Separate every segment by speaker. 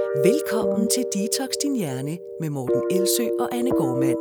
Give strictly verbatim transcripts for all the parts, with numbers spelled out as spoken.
Speaker 1: Velkommen til Detox Din Hjerne med Morten Elsø og Anne Gormand.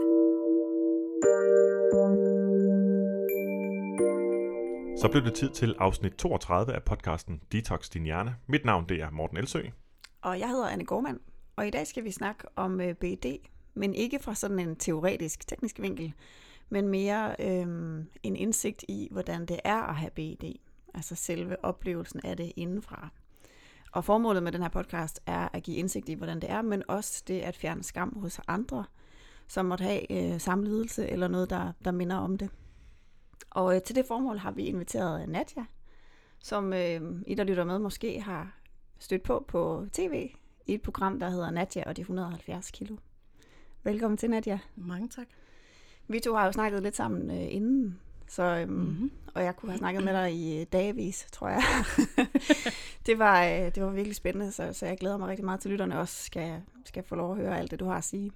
Speaker 2: Så blev det tid til afsnit toogtredive af podcasten Detox Din Hjerne. Mit navn det er Morten Elsø.
Speaker 3: Og jeg hedder Anne Gormand, og i dag skal vi snakke om B E D, men ikke fra sådan en teoretisk, teknisk vinkel, men mere øhm, en indsigt i, hvordan det er at have B E D, altså selve oplevelsen af det indenfra. Og formålet med den her podcast er at give indsigt i, hvordan det er, men også det at fjerne skam hos andre, som måtte have øh, samme lidelse eller noget, der, der minder om det. Og øh, til det formål har vi inviteret Nadia, som øh, I, der lytter med, måske har stødt på på tv i et program, der hedder Nadia og de et hundrede og halvfjerds kilo. Velkommen til, Nadia.
Speaker 4: Mange tak.
Speaker 3: Vi to har jo snakket lidt sammen øh, inden, så, øhm,
Speaker 4: mm-hmm.
Speaker 3: og jeg kunne have snakket med dig i dagevis, tror jeg. det, var, øh, det var virkelig spændende, så, så jeg glæder mig rigtig meget til, lytterne også skal, skal få lov at høre alt det, du har at sige.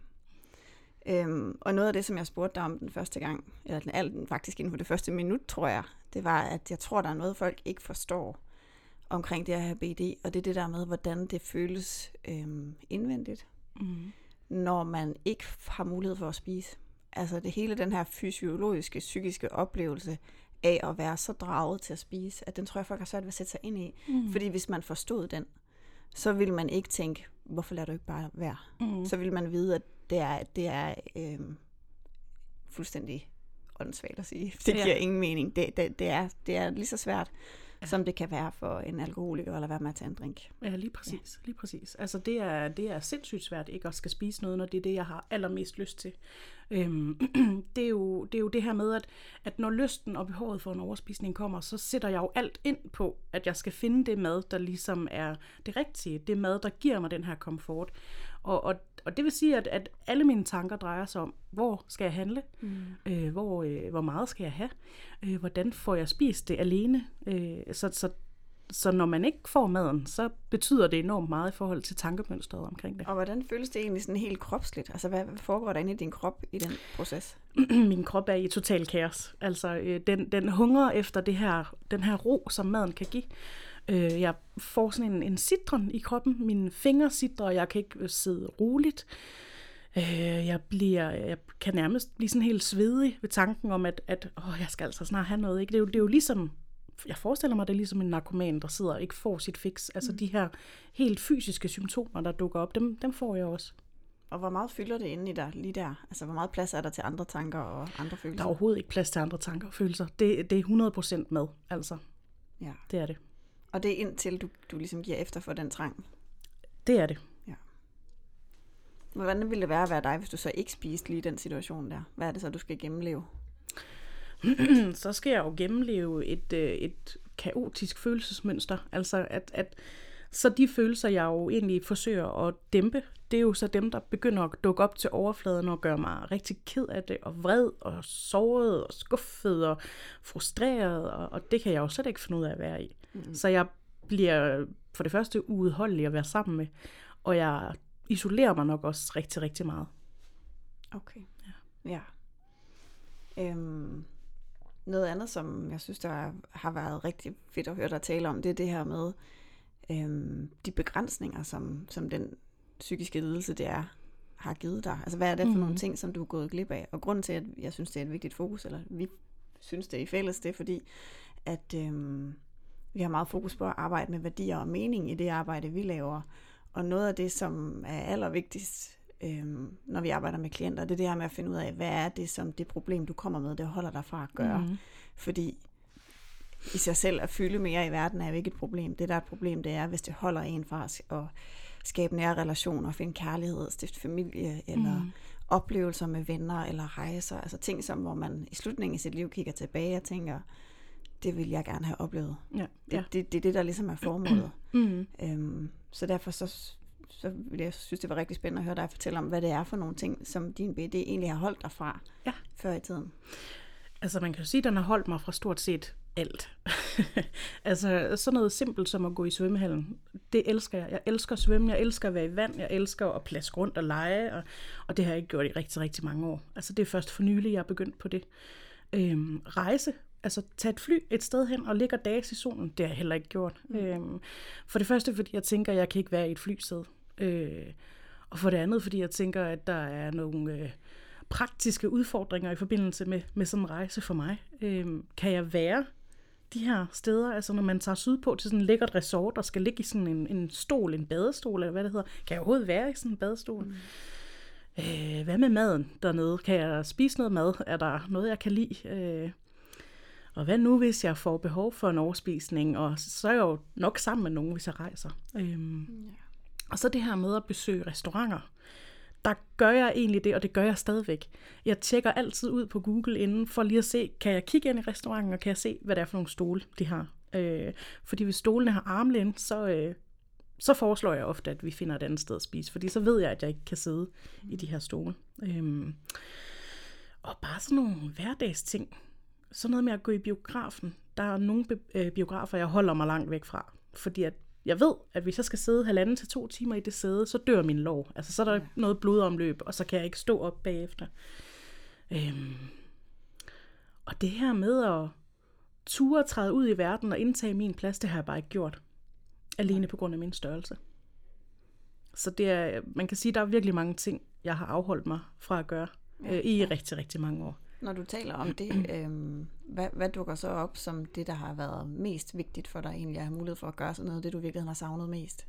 Speaker 3: Øhm, og noget af det, som jeg spurgte dig om den første gang, eller den, alt, faktisk inden for det første minut, tror jeg, det var, at jeg tror, der er noget, folk ikke forstår omkring det at have B E D, og det er det der med, hvordan det føles øhm, indvendigt, mm. når man ikke har mulighed for at spise. Altså det hele den her fysiologiske, psykiske oplevelse af at være så draget til at spise, at den tror jeg, folk har svært ved at sætte sig ind i. Mm. Fordi hvis man forstod den, så ville man ikke tænke, hvorfor lader du ikke bare være? Mm. Så ville man vide, at det er, det er øhm, fuldstændig åndssvagt at sige. Det giver ja. ingen mening. Det, det, det, er, det er lige så svært, ja. som det kan være for en alkoholiker at være med at tage en drink.
Speaker 4: Ja, lige præcis. Ja. Lige præcis. Altså det er, det er sindssygt svært ikke at skal spise noget, når det er det, jeg har allermest lyst til. Øhm, det, er jo, det er jo det her med, at, at når lysten og behovet for en overspisning kommer, så sætter jeg jo alt ind på, at jeg skal finde det mad, der ligesom er det rigtige. Det mad, der giver mig den her komfort. Og, og, og det vil sige, at, at alle mine tanker drejer sig om, hvor skal jeg handle? Mm. Øh, hvor, øh, hvor meget skal jeg have? Øh, hvordan får jeg spist det alene? Øh, så, så, så når man ikke får maden, så betyder det enormt meget i forhold til tankemønstret omkring det.
Speaker 3: Og hvordan føles det egentlig sådan helt kropsligt? Altså hvad foregår der inde i din krop i den proces?
Speaker 4: Min krop er i total kaos. Altså øh, den, den hunger efter det her, den her ro, som maden kan give. Øh, jeg får sådan en, en sidren i kroppen. Mine fingre sidrer, og jeg kan ikke sidde roligt. Øh, jeg, bliver, jeg kan nærmest blive sådan helt svedig ved tanken om, at, at åh, jeg skal altså snart have noget. Ikke? Det, er jo, det er jo ligesom, jeg forestiller mig, det er ligesom en narkoman, der sidder og ikke får sit fix. Altså mm. de her helt fysiske symptomer, der dukker op, dem, dem får jeg også.
Speaker 3: Og hvor meget fylder det inde i dig lige der? Altså hvor meget plads er der til andre tanker og andre følelser?
Speaker 4: Der er overhovedet ikke plads til andre tanker og følelser. Det, det er hundrede procent med, altså. Ja. Det er det.
Speaker 3: Og det er indtil du, du ligesom giver efter for den trang?
Speaker 4: Det er det.
Speaker 3: Ja. Hvordan ville det være at være dig, hvis du så ikke spiste lige den situation der? Hvad er det så, du skal gennemleve?
Speaker 4: Så skal jeg jo gennemleve et, et kaotisk følelsesmønster. Altså at, at så de følelser, jeg jo egentlig forsøger at dæmpe, det er jo så dem, der begynder at dukke op til overfladen og gøre mig rigtig ked af det, og vred, og såret, og skuffet, og frustreret, og, og det kan jeg jo slet ikke finde ud af at være i. Mm. Så jeg bliver for det første uudholdelig at være sammen med, og jeg isolerer mig nok også rigtig, rigtig meget.
Speaker 3: Okay, ja. ja. Øhm, noget andet, som jeg synes, der har været rigtig fedt at høre dig tale om, det er det her med øhm, de begrænsninger, som, som den psykiske lidelse, det er, har givet dig. Altså, hvad er det for mm-hmm. nogle ting, som du er gået glip af? Og grunden til, at jeg synes, det er et vigtigt fokus, eller vi synes, det er i fælles, det er fordi, at øhm, vi har meget fokus på at arbejde med værdier og mening i det arbejde, vi laver. Og noget af det, som er allervigtigst, øhm, når vi arbejder med klienter, det er det her med at finde ud af, hvad er det, som det problem, du kommer med, det holder dig fra at gøre. Mm-hmm. Fordi i sig selv at fylde mere i verden er jo ikke et problem. Det, der er et problem, det er, hvis det holder en fra at skabe nære relationer, finde kærlighed, stifte familie, eller mm. oplevelser med venner, eller rejser. Altså ting, som hvor man i slutningen af sit liv kigger tilbage og tænker, det vil jeg gerne have oplevet. Ja, ja. Det, det, det er det, der ligesom er formålet. Mm. Øhm, så derfor så, så vil jeg synes, det var rigtig spændende at høre dig fortælle om, hvad det er for nogle ting, som din B E D egentlig har holdt dig fra ja. før i tiden.
Speaker 4: Altså man kan jo sige, at den har holdt mig fra stort set alt. Altså sådan noget simpelt som at gå i svømmehallen, det elsker jeg. Jeg elsker at svømme, jeg elsker at være i vand, jeg elsker at plaske rundt og lege, og, og det har jeg ikke gjort i rigtig, rigtig mange år. Altså det er først for nylig, jeg er begyndt på det. Øhm, rejse, altså tage et fly et sted hen og ligge og dages i solen, det har jeg heller ikke gjort. Mm. Øhm, for det første, fordi jeg tænker, at jeg kan ikke være i et flysæde. Øh, og for det andet, fordi jeg tænker, at der er nogle øh, praktiske udfordringer i forbindelse med, med sådan en rejse for mig. Øh, kan jeg være de her steder, altså når man tager sydpå til sådan en lækkert resort, og skal ligge i sådan en, en stol, en badestol, eller hvad det hedder, kan jeg overhovedet være i sådan en badestol? Mm. Øh, hvad med maden dernede? Kan jeg spise noget mad? Er der noget, jeg kan lide? Øh, og hvad nu, hvis jeg får behov for en overspisning? Og så er jeg jo nok sammen med nogen, hvis jeg rejser. Øh, yeah. Og så det her med at besøge restauranter. Der gør jeg egentlig det, og det gør jeg stadigvæk. Jeg tjekker altid ud på Google inden, for lige at se, kan jeg kigge ind i restauranten, og kan jeg se, hvad det er for nogle stole, de har. Øh, fordi hvis stolene har armlæn, så, øh, så foreslår jeg ofte, at vi finder et andet sted at spise, fordi så ved jeg, at jeg ikke kan sidde mm. i de her stole. Øh, og bare sådan nogle hverdagsting. Sådan noget med at gå i biografen. Der er nogle bi- biografer, jeg holder mig langt væk fra, fordi at jeg ved, at hvis jeg skal sidde halvanden til to timer i det sæde, så dør min lår. Altså, så er der ja. noget blodomløb, og så kan jeg ikke stå op bagefter. Øhm. Og det her med at ture træde ud i verden og indtage min plads, det har jeg bare ikke gjort. Alene på grund af min størrelse. Så det er, man kan sige, at der er virkelig mange ting, jeg har afholdt mig fra at gøre ja. øh, i ja. rigtig, rigtig mange år.
Speaker 3: Når du taler om det, øhm, hvad, hvad dukker så op som det, der har været mest vigtigt for dig egentlig at have mulighed for at gøre sådan noget, det du virkelig har savnet mest?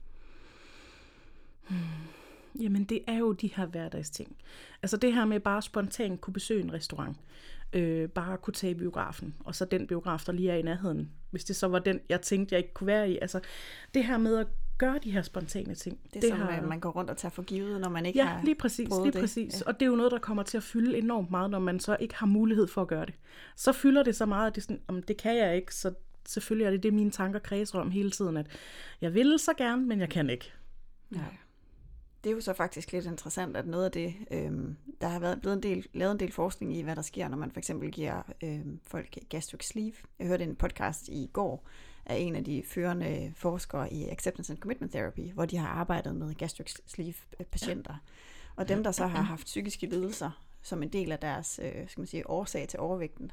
Speaker 4: Hmm. Jamen det er jo de her hverdagsting. Altså det her med bare spontant kunne besøge en restaurant. Øh, bare kunne tage i biografen. Og så den biograf, der lige er i nærheden. Hvis det så var den, jeg tænkte, jeg ikke kunne være i. Altså det her med at gøre de her spontane ting.
Speaker 3: Det er
Speaker 4: det
Speaker 3: som,
Speaker 4: har...
Speaker 3: man går rundt og tager for givet, når man ikke
Speaker 4: ja,
Speaker 3: har
Speaker 4: lige præcis,
Speaker 3: prøvet
Speaker 4: lige
Speaker 3: det.
Speaker 4: præcis.
Speaker 3: Ja.
Speaker 4: Og det er jo noget, der kommer til at fylde enormt meget, når man så ikke har mulighed for at gøre det. Så fylder det så meget, at det, sådan, om det kan jeg ikke, så selvfølgelig er det det, mine tanker kredser om hele tiden, at jeg vil så gerne, men jeg kan ikke.
Speaker 3: Ja. Det er jo så faktisk lidt interessant, at noget af det, øhm, der har været blevet en del, lavet en del forskning i, hvad der sker, når man for eksempel giver øhm, folk gastric sleeve. Jeg hørte en podcast i går af en af de førende forskere i Acceptance and Commitment Therapy, hvor de har arbejdet med gastric sleeve patienter. Og dem, der så har haft psykiske lidelser som en del af deres øh, skal man sige, årsag til overvægten,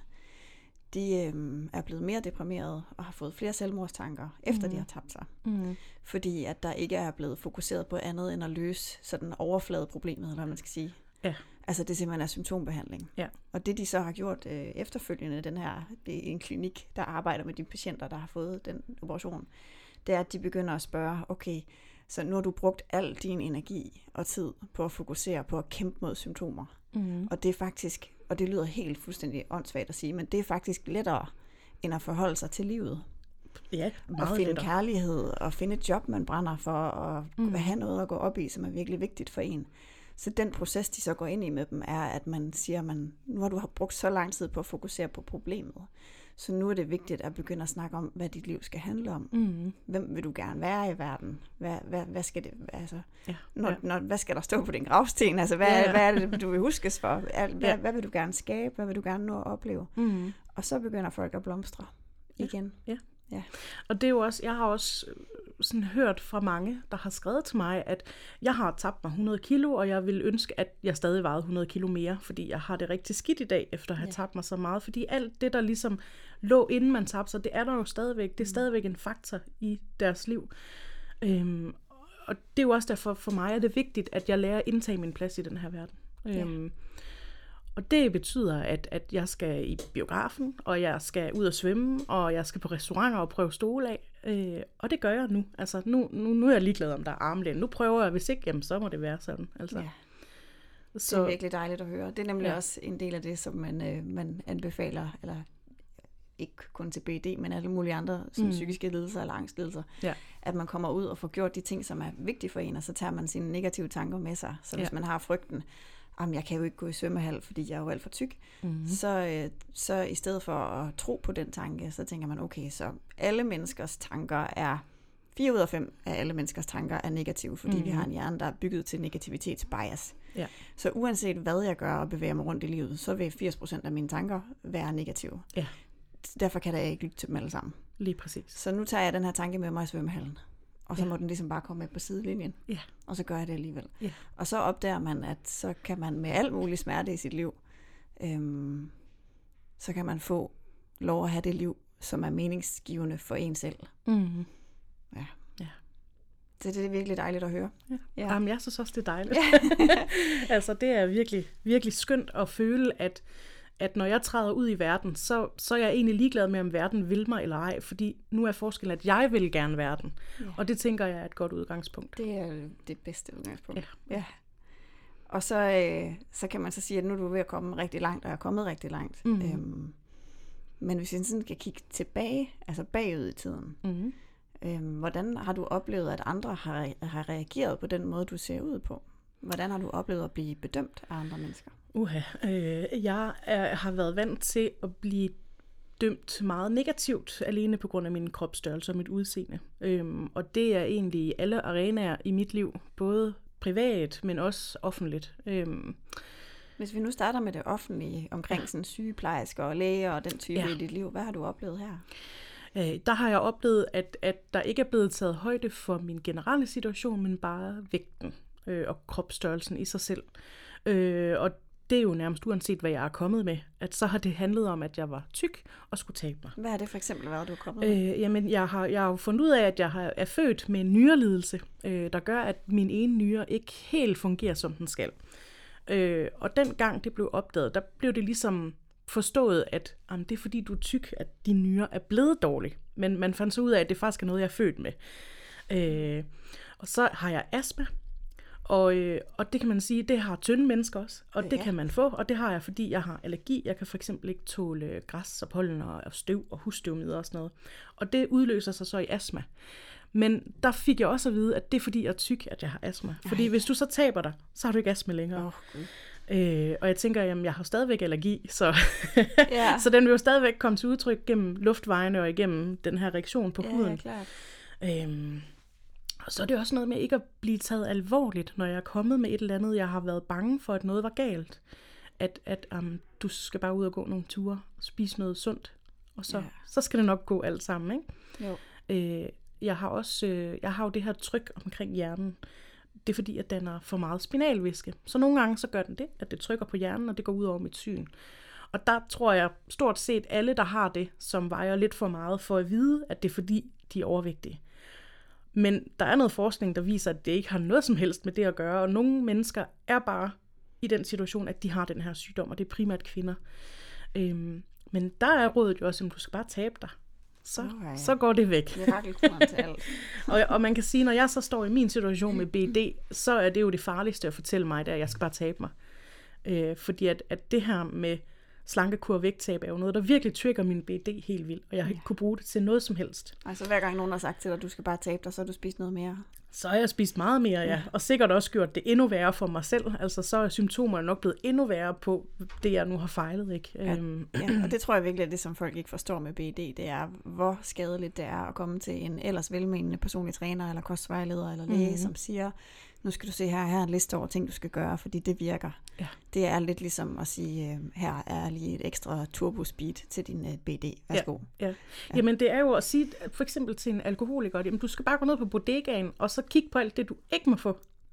Speaker 3: de øh, er blevet mere deprimerede og har fået flere selvmordstanker, efter mm. de har tabt sig. Mm. Fordi at der ikke er blevet fokuseret på andet end at løse sådan overfladeproblemet, eller hvad man skal sige.
Speaker 4: Ja.
Speaker 3: Altså det simpelthen er symptombehandling.
Speaker 4: Ja. Og
Speaker 3: det de så har gjort øh, efterfølgende, den her, det er en klinik, der arbejder med de patienter, der har fået den operation, det er, at de begynder at spørge, okay, så nu har du brugt al din energi og tid på at fokusere på at kæmpe mod symptomer. Mm. Og det er faktisk, og det lyder helt fuldstændig åndssvagt at sige, men det er faktisk lettere, end at forholde sig til livet.
Speaker 4: Ja,
Speaker 3: meget at finde lettere. Kærlighed, og finde et job, man brænder for, og mm. have noget at gå op i, som er virkelig vigtigt for en. Så den proces, de så går ind i med dem, er, at man siger, man, nu har du brugt så lang tid på at fokusere på problemet, så nu er det vigtigt at begynde at snakke om, hvad dit liv skal handle om. Mm. Hvem vil du gerne være i verden? Hvad, hvad, hvad skal det, altså, ja, når, ja. Når, hvad skal der stå på din gravsten? Altså, hvad, ja. hvad er det, du vil huskes for? Hvad, ja. hvad vil du gerne skabe? Hvad vil du gerne nå at opleve? Mm. Og så begynder folk at blomstre igen.
Speaker 4: Ja. Ja. Og det er jo også, jeg har også sådan hørt fra mange, der har skrevet til mig, at jeg har tabt mig hundrede kilo, og jeg vil ønske, at jeg stadig vejede hundrede kilo mere, fordi jeg har det rigtig skidt i dag, efter at have ja. tabt mig så meget. Fordi alt det, der ligesom lå, inden man tabte sig, det er der jo stadigvæk. Det er stadigvæk en faktor i deres liv. Øhm, og det er jo også derfor, for mig er det vigtigt, at jeg lærer at indtage min plads i den her verden. Ja. Øhm, Og det betyder, at, at jeg skal i biografen, og jeg skal ud og svømme, og jeg skal på restauranter og prøve stole af. Øh, og det gør jeg nu. Altså, nu, nu, nu er jeg ligeglad, om der er armlæn. Nu prøver jeg, hvis ikke, jamen, så må det være sådan. Altså.
Speaker 3: Ja. Så, det er virkelig dejligt at høre. Det er nemlig ja. også en del af det, som man, øh, man anbefaler, eller ikke kun til B D, men alle mulige andre som mm. psykiske lidelser eller angstlidelser, ja. at man kommer ud og får gjort de ting, som er vigtige for en, og så tager man sine negative tanker med sig. Så hvis ja. man har frygten, jamen jeg kan jo ikke gå i svømmehal, fordi jeg er jo alt for tyk, mm-hmm. så, øh, så i stedet for at tro på den tanke, så tænker man, okay, så alle menneskers tanker er, fire ud af fem af alle menneskers tanker er negative, fordi mm-hmm. vi har en hjerne, der er bygget til negativitetsbias. Ja. Så uanset hvad jeg gør og bevæger mig rundt i livet, så vil firs procent af mine tanker være negative. Ja. Derfor kan jeg ikke lytte til dem alle sammen.
Speaker 4: Lige præcis.
Speaker 3: Så nu tager jeg den her tanke med mig i svømmehallen. Og så ja. må den ligesom bare komme med på sidelinjen. Ja. Og så gør jeg det alligevel. Ja. Og så opdager man, at så kan man med alt muligt smerte i sit liv, øhm, så kan man få lov at have det liv, som er meningsgivende for en selv. Mm-hmm. Ja. Ja. det, det er virkelig dejligt at høre.
Speaker 4: Ja.
Speaker 3: Ja.
Speaker 4: Jamen, jeg synes også, det er dejligt. Altså, det er virkelig, virkelig skønt at føle, at, at når jeg træder ud i verden, så, så er jeg egentlig ligeglad med, om verden vil mig eller ej, fordi nu er forskellen, at jeg vil gerne verden. Ja. Og det tænker jeg er et godt udgangspunkt.
Speaker 3: Det er det bedste udgangspunkt.
Speaker 4: Ja.
Speaker 3: Ja. Og så, øh, så kan man så sige, at nu er du ved at komme rigtig langt, og er kommet rigtig langt.
Speaker 4: Mm.
Speaker 3: Øhm, men hvis vi sådan kan kigge tilbage, altså bagud i tiden,
Speaker 4: Mm.
Speaker 3: øhm, hvordan har du oplevet, at andre har, har reageret på den måde, du ser ud på? Hvordan har du oplevet at blive bedømt af andre mennesker?
Speaker 4: Uha, øh, jeg er, har været vant til at blive dømt meget negativt, alene på grund af min kropsstørrelse og mit udseende. Øhm, og det er egentlig i alle arenaer i mit liv, både privat, men også offentligt. Øhm,
Speaker 3: Hvis vi nu starter med det offentlige, omkring sådan sygeplejersker og læger og den type
Speaker 4: Ja.
Speaker 3: i dit liv, hvad har du oplevet her?
Speaker 4: øh, der har jeg oplevet, at, at der ikke er blevet taget højde for min generelle situation, men bare vægten øh, og kropsstørrelsen i sig selv. Øh, og det er jo nærmest uanset, hvad jeg er kommet med, at så har det handlet om, at jeg var tyk og skulle tabe mig.
Speaker 3: Hvad er det for eksempel, hvad du er kommet med?
Speaker 4: Øh, jamen, jeg har, jeg har jo fundet ud af, at jeg har, er født med en nyrelidelse, øh, der gør, at min ene nyre ikke helt fungerer, som den skal. Øh, og den gang det blev opdaget, der blev det ligesom forstået, at jamen, det er fordi, du er tyk, at din nyre er blevet dårlig. Men man fandt så ud af, at det faktisk er noget, jeg er født med. Øh, og så har jeg astma. Og, øh, og det kan man sige, det har tynde mennesker også, og det
Speaker 3: Ja.
Speaker 4: kan man få, og det har jeg, fordi jeg har allergi. Jeg kan for eksempel ikke tåle græs og pollen og støv og husstøvmider og sådan noget. Og det udløser sig så i astma. Men der fik jeg også at vide, at det er fordi, jeg er tyk, at jeg har astma. Fordi
Speaker 3: Ej.
Speaker 4: hvis du så taber dig, så har du ikke astma længere.
Speaker 3: Åh, Gud.
Speaker 4: Øh, og jeg tænker, jamen jeg har stadigvæk allergi, så,
Speaker 3: Ja.
Speaker 4: så den vil jo stadigvæk komme til udtryk gennem luftvejene og igennem den her reaktion på
Speaker 3: Ja,
Speaker 4: huden.
Speaker 3: ja, klart.
Speaker 4: Øhm, og så er det også noget med ikke at blive taget alvorligt, når jeg er kommet med et eller andet, jeg har været bange for, at noget var galt. At, at um, du skal bare ud og gå nogle ture, spise noget sundt, og så,
Speaker 3: Ja.
Speaker 4: så skal det nok gå alt sammen, ikke?
Speaker 3: Jo.
Speaker 4: Øh, jeg har også øh, jeg har jo det her tryk omkring hjernen. Det er fordi, at den er for meget spinalvæske. Så nogle gange så gør den det, at det trykker på hjernen, og det går ud over mit syn. Og der tror jeg stort set alle, der har det, som vejer lidt for meget, for at vide, at det er fordi, de er overvægtige. Men der er noget forskning, der viser, at det ikke har noget som helst med det at gøre, og nogle mennesker er bare i den situation, at de har den her sygdom, og det er primært kvinder. Øhm, men der er rådet jo også, at du skal bare tabe dig. Så,
Speaker 3: Okay.
Speaker 4: så går det væk.
Speaker 3: Mirakelkuren til alt.
Speaker 4: Og, og man kan sige, når jeg så står i min situation med B D, så er det jo det farligste at fortælle mig, det er, at jeg skal bare tabe mig. Øh, fordi at, at det her med slankekur og vægttab er jo noget, der virkelig trigger min B D helt vildt, og jeg har ikke kunne bruge det til noget som helst.
Speaker 3: Altså hver gang nogen har sagt til dig, at du skal bare tabe dig, så har du spist noget mere.
Speaker 4: Så har jeg spist meget mere, ja. Og sikkert også gjort det endnu værre for mig selv. Altså så er symptomerne nok blevet endnu værre på det, jeg nu har fejlet, ikke?
Speaker 3: Ja.
Speaker 4: Øhm,
Speaker 3: Ja, og det tror jeg virkelig er det, som folk ikke forstår med B D, det er, hvor skadeligt det er at komme til en ellers velmenende personlig træner, eller kostvejleder, eller læge,
Speaker 4: Mhm.
Speaker 3: som siger, nu skal du se her, her er en liste over ting, du skal gøre, fordi det virker.
Speaker 4: Ja.
Speaker 3: Det er lidt ligesom at sige, øh, her er lige et ekstra turbo-speed til din øh, B D. Værsgo.
Speaker 4: Ja. Ja. Jamen det er jo at sige, at for eksempel til en alkoholiker, jamen du skal bare gå ned på bodegaen, og så kigge på alt det, du ikke må få.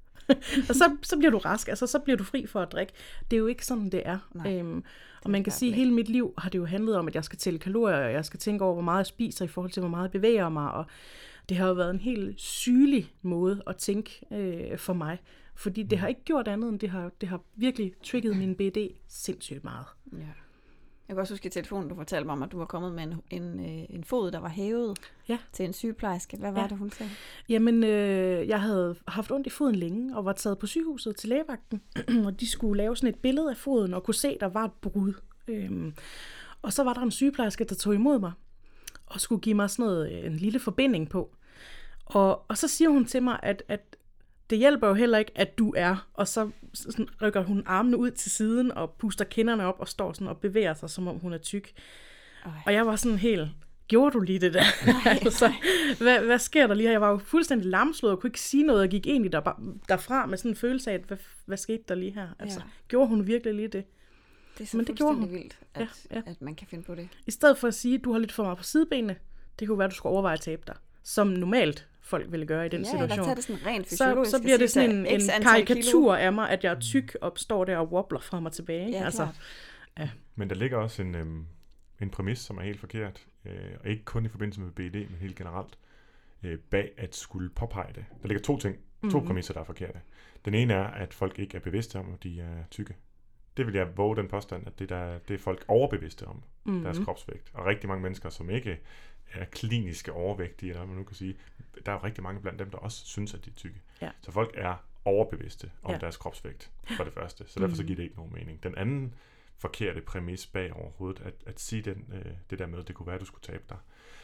Speaker 4: Og så, så bliver du rask, altså så bliver du fri for at drikke. Det er jo ikke sådan, det er.
Speaker 3: Nej,
Speaker 4: øhm, og man kan
Speaker 3: klart
Speaker 4: sige, at
Speaker 3: ikke.
Speaker 4: hele mit liv har det jo handlet om, at jeg skal tælle kalorier, og jeg skal tænke over, hvor meget jeg spiser i forhold til, hvor meget jeg bevæger mig. Og det har jo været en helt sygelig måde at tænke øh, for mig. Fordi det har ikke gjort andet, end det har, det har virkelig trigget min B D sindssygt meget.
Speaker 3: Ja. Jeg kan også huske i telefonen, du fortalte mig om, at du var kommet med en, en, øh, en fod, der var hævet
Speaker 4: Ja.
Speaker 3: til en sygeplejerske. Hvad var
Speaker 4: Ja.
Speaker 3: det, hun sagde?
Speaker 4: Jamen, øh, jeg havde haft ondt i foden længe, og var taget på sygehuset til lægevagten, og de skulle lave sådan et billede af foden, og kunne se, at der var et brud. Øhm, og så var der en sygeplejerske, der tog imod mig, og skulle give mig sådan noget, en lille forbinding på. Og, og så siger hun til mig, at, at det hjælper jo heller ikke, at du er, og så sådan, rykker hun armene ud til siden, og puster kinderne op, og står sådan og bevæger sig, som om hun er tyk.
Speaker 3: Øj.
Speaker 4: Og jeg var sådan helt, gjorde du lige det der?
Speaker 3: Nej,
Speaker 4: altså, hvad, hvad sker der lige her? Jeg var jo fuldstændig lamslået og kunne ikke sige noget, og gik egentlig der, derfra med sådan en følelse af, at hvad, hvad skete der lige her? Altså,
Speaker 3: Ja.
Speaker 4: gjorde hun virkelig lige det?
Speaker 3: Det er så
Speaker 4: Men det gjorde
Speaker 3: fuldstændig vildt, at,
Speaker 4: Ja, ja.
Speaker 3: at man kan finde på det.
Speaker 4: I stedet for at sige, at du har lidt for meget på sidebenene, det kunne være, at du skulle overveje at tabe dig, som normalt folk ville gøre i den
Speaker 3: Ja,
Speaker 4: situation.
Speaker 3: eller tage det sådan rent
Speaker 4: så,
Speaker 3: fysiologisk.
Speaker 4: så bliver det sådan en, en karikatur
Speaker 3: Kilo.
Speaker 4: af mig, at jeg er tyk og står der og wobbler frem og tilbage.
Speaker 3: Ja,
Speaker 4: altså,
Speaker 3: klart.
Speaker 2: Men der ligger også en, øhm, en præmis, som er helt forkert, øh, og ikke kun i forbindelse med B D, men helt generelt. øh, bag at skulle påpege det. Der ligger to ting, to mm-hmm. præmisser, der er forkerte. Den ene er, at folk ikke er bevidste om, at de er tykke. Det vil jeg våge den påstand, at det, der, det er folk overbevidste om mm-hmm. deres kropsvægt. Og rigtig mange mennesker, som ikke er kliniske overvægtige, eller hvad man nu kan sige, der er jo rigtig mange blandt dem, der også synes, at de er tykke. Ja. Så folk er overbevidste om ja. deres kropsvægt, for det første. Så derfor så giver det ikke nogen mening. Den anden forkerte præmis bag overhovedet, at, at sige den, øh, det der med, at det kunne være, at du skulle tabe dig,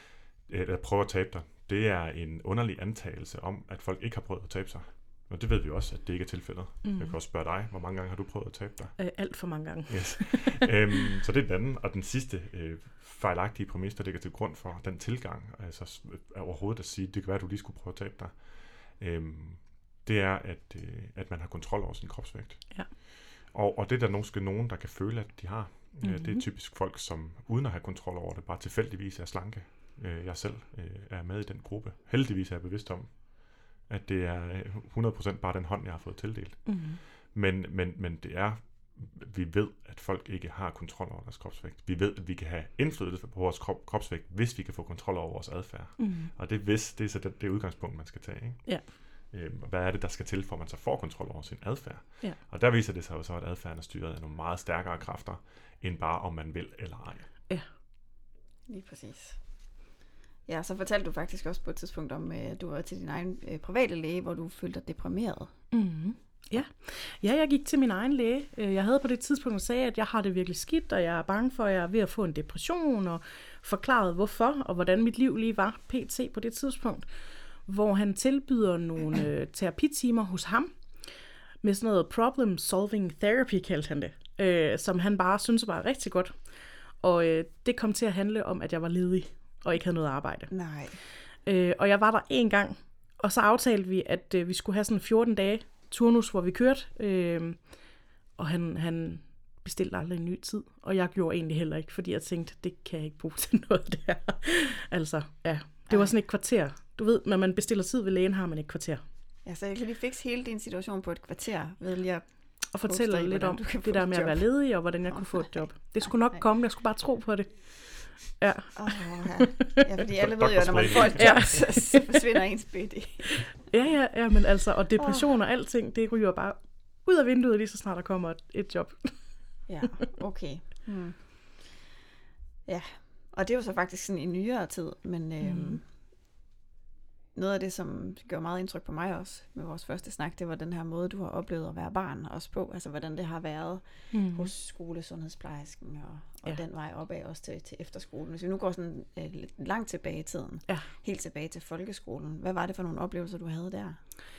Speaker 2: eller prøve at tabe dig, det er en underlig antagelse om, at folk ikke har prøvet at tabe sig. Og det ved vi også, at det ikke er tilfældet. Mm. Jeg kan også spørge dig, hvor mange gange har du prøvet at tabe dig?
Speaker 4: Øh, alt for mange gange.
Speaker 2: Yes. øhm, så det er den anden, og den sidste øh, fejlagtige præmis, der ligger til grund for den tilgang, altså overhovedet at sige, det kan være, at du lige skulle prøve at tabe dig, øhm, det er, at, øh, at man har kontrol over sin kropsvægt. Ja. Og, og det er der måske nogen, der kan føle, at de har. Mm-hmm. Det er typisk folk, som uden at have kontrol over det, bare tilfældigvis er slanke. Jeg selv øh, er med i den gruppe. Heldigvis er jeg bevidst om, at det er hundrede procent bare den hånd, jeg har fået tildelt. Mm-hmm. Men, men, men det er, vi ved, at folk ikke har kontrol over deres kropsvægt. Vi ved, at vi kan have indflydelse på vores krop, kropsvægt, hvis vi kan få kontrol over vores adfærd. Mm-hmm. Og det, hvis, det er så det, det udgangspunkt, man skal tage. Ikke? Ja. Øhm, hvad er det, der skal til, for at man så får kontrol over sin adfærd? Ja. Og der viser det sig jo så, at adfærden er styret af nogle meget stærkere kræfter, end bare om man vil eller ej.
Speaker 3: Ja, lige præcis. Ja, så fortalte du faktisk også på et tidspunkt om, at du var til din egen øh, private læge, hvor du følte dig deprimeret.
Speaker 4: Mm-hmm. Ja. ja, jeg gik til min egen læge. Jeg havde på det tidspunkt sagt, at jeg har det virkelig skidt, og jeg er bange for, at jeg er ved at få en depression, og forklaret hvorfor, og hvordan mit liv lige var pt. På det tidspunkt, hvor han tilbyder nogle øh, terapitimer hos ham, med sådan noget problem solving therapy, kaldte han det, øh, som han bare synes var rigtig godt. Og øh, det kom til at handle om, at jeg var ledig, og ikke havde noget arbejde.
Speaker 3: Nej.
Speaker 4: Øh, og jeg var der en gang, og så aftalte vi, at øh, vi skulle have sådan fjorten dage turnus, hvor vi kørte. Øh, og han, han bestilte aldrig en ny tid, og jeg gjorde egentlig heller ikke, fordi jeg tænkte, det kan jeg ikke bruge til noget der. altså, ja, det var sådan et kvarter. Du ved, når man bestiller tid ved lægen, har man et kvarter.
Speaker 3: Ja, så jeg kan lige fikse hele din situation på et kvarter, ved jeg
Speaker 4: og fortælle lidt om det der med at være ledig, og hvordan jeg oh, kunne få et job. Det skulle nok nej. komme, jeg skulle bare tro på det. Ja.
Speaker 3: Oh, ja. ja, fordi alle ved jo, at når man får et job, så, så forsvinder ens B D.
Speaker 4: ja, ja, ja, men altså, og depression og alting, det ryger bare ud af vinduet, lige så snart der kommer et, et job.
Speaker 3: ja, okay. Hmm. Ja, og det er jo så faktisk sådan i nyere tid, men øhm, mm. noget af det, som gør meget indtryk på mig også med vores første snak, det var den her måde, du har oplevet at være barn også på, altså hvordan det har været mm. hos skolesundhedsplejersken og, og ja. den vej opad også til, til efterskolen. Hvis vi nu går sådan øh, lidt langt tilbage i tiden, ja. helt tilbage til folkeskolen, hvad var det for nogle oplevelser, du havde der?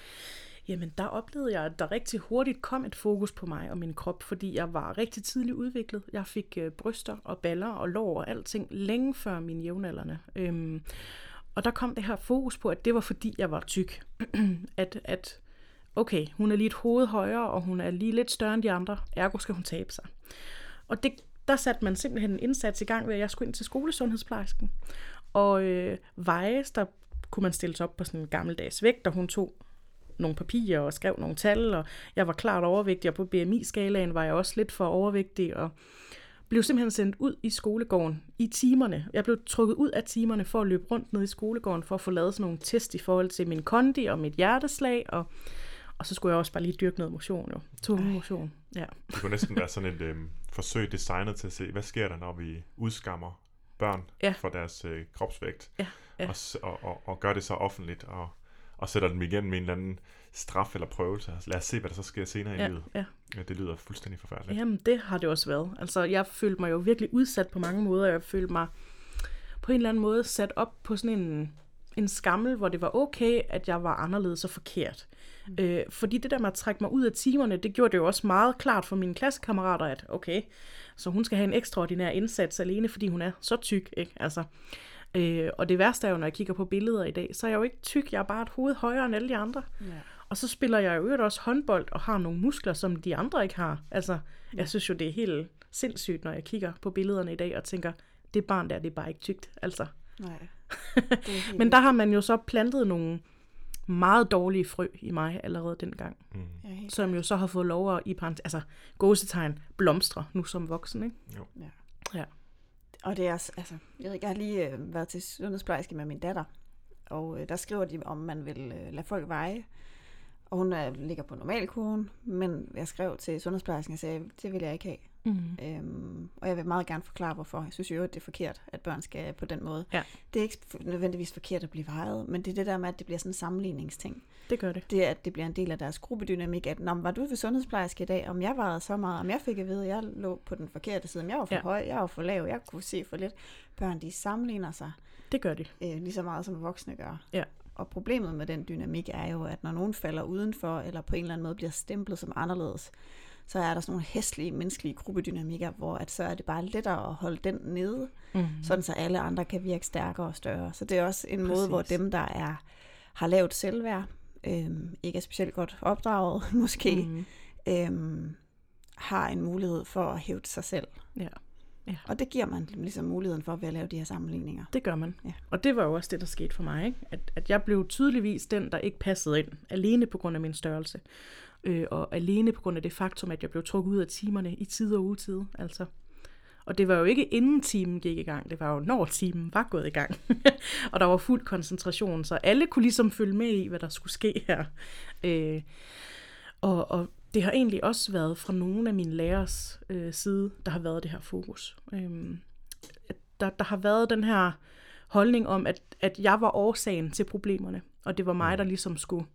Speaker 4: Jamen, der oplevede jeg, at der rigtig hurtigt kom et fokus på mig og min krop, fordi jeg var rigtig tidligt udviklet. Jeg fik øh, bryster og baller og lår og alting længe før mine jævnaldrende. Øhm, og der kom det her fokus på, at det var fordi, jeg var tyk. at, at okay, hun er lige et hoved højere, og hun er lige lidt større end de andre, ergo skal hun tabe sig. Og det, der satte man simpelthen en indsats i gang ved, at jeg skulle ind til skolesundhedsplejersken. Og øh, vejes, der kunne man stille sig op på sådan en gammeldags vægt, og hun tog nogle papirer og skrev nogle tal, og jeg var klart overvægtig, og på B M I-skalaen var jeg også lidt for overvægtig, og blev simpelthen sendt ud i skolegården i timerne. Jeg blev trukket ud af timerne for at løbe rundt ned i skolegården, for at få lavet sådan nogle test i forhold til min kondi og mit hjerteslag, og, og så skulle jeg også bare lige dyrke noget motion, jo. Tunge motion, ja.
Speaker 2: Det kunne næsten være sådan et øh, forsøg designet til at se, hvad sker der, når vi udskammer børn ja. for deres øh, kropsvægt,
Speaker 4: ja. Ja.
Speaker 2: Og, og, og, og gør det så offentligt, og og sætter dem igennem en eller anden straf eller prøvelse. Lad os se, hvad der så sker senere
Speaker 4: ja,
Speaker 2: i livet.
Speaker 4: Ja.
Speaker 2: Ja, det lyder fuldstændig forfærdeligt.
Speaker 4: Jamen, det har det også været. Altså, jeg følte mig jo virkelig udsat på mange måder. Jeg følte mig på en eller anden måde sat op på sådan en, en skammel, hvor det var okay, at jeg var anderledes og forkert. Mm. Øh, fordi det der med at trække mig ud af timerne, det gjorde det jo også meget klart for mine klassekammerater, at okay, så hun skal have en ekstraordinær indsats alene, fordi hun er så tyk, ikke? Altså, Øh, og det værste er jo, når jeg kigger på billeder i dag, så er jeg jo ikke tyk, jeg er bare et hoved højere end alle de andre. Ja. Og så spiller jeg jo også håndbold og har nogle muskler, som de andre ikke har. Altså, ja. jeg synes jo, det er helt sindssygt, når jeg kigger på billederne i dag og tænker, det barn der, det er bare ikke tykt. Altså.
Speaker 3: Nej.
Speaker 4: Helt... Men der har man jo så plantet nogle meget dårlige frø i mig allerede dengang. Mm. Ja, som jo så har fået lov at i parent, altså gåsetegn blomstre nu som voksen, ikke?
Speaker 2: Jo.
Speaker 3: Ja. ja. Og det er altså, jeg, ved ikke, jeg har lige øh, været til sundhedsplejerske med min datter, Og øh, der skriver de, om man vil øh, lade folk veje. Og hun er, ligger på normalkurven, men jeg skrev til sundhedsplejersken og sagde, det vil jeg ikke have. Mm. Øhm, og jeg vil meget gerne forklare, hvorfor. Jeg synes jo, at det er forkert, at børn skal på den måde. Ja. Det er ikke nødvendigvis forkert at blive vejet, men det er det der med, at det bliver sådan en sammenligningsting.
Speaker 4: Det gør det.
Speaker 3: Det er, at det bliver en del af deres gruppedynamik, at var du ved sundhedsplejerske i dag, om jeg vejede så meget, om jeg fik at vide, at jeg lå på den forkerte side, om jeg var for ja. høj, jeg var for lav, jeg kunne se for lidt. Børn, de sammenligner sig.
Speaker 4: Det gør de.
Speaker 3: Øh, lige så meget som voksne gør.
Speaker 4: Ja.
Speaker 3: Og problemet med den dynamik er jo, at når nogen falder udenfor, eller på en eller anden måde bliver stemplet som anderledes, så er der sådan nogle hæslige, menneskelige gruppedynamikker, hvor at så er det bare lettere at holde den nede, mm-hmm. sådan så alle andre kan virke stærkere og større. Så det er også en Præcis. måde, hvor dem, der er har lavt selvværd, øhm, ikke er specielt godt opdraget måske, mm-hmm. øhm, har en mulighed for at hævde sig selv. Ja. Ja. Og det giver man ligesom muligheden for ved at lave de her sammenligninger.
Speaker 4: Det gør man. Ja. Og det var jo også det, der skete for mig. Ikke? At, at jeg blev tydeligvis den, der ikke passede ind, alene på grund af min størrelse. Øh, og alene på grund af det faktum, at jeg blev trukket ud af timerne i tid og utid. Altså. Og det var jo ikke inden timen gik i gang, det var jo når timen var gået i gang. Og der var fuld koncentration, så alle kunne ligesom følge med i, hvad der skulle ske her. Øh, og, og det har egentlig også været fra nogle af mine lærers øh, side, der har været det her fokus. Øhm, der, der har været den her holdning om, at, at jeg var årsagen til problemerne, og det var mig, der ligesom skulle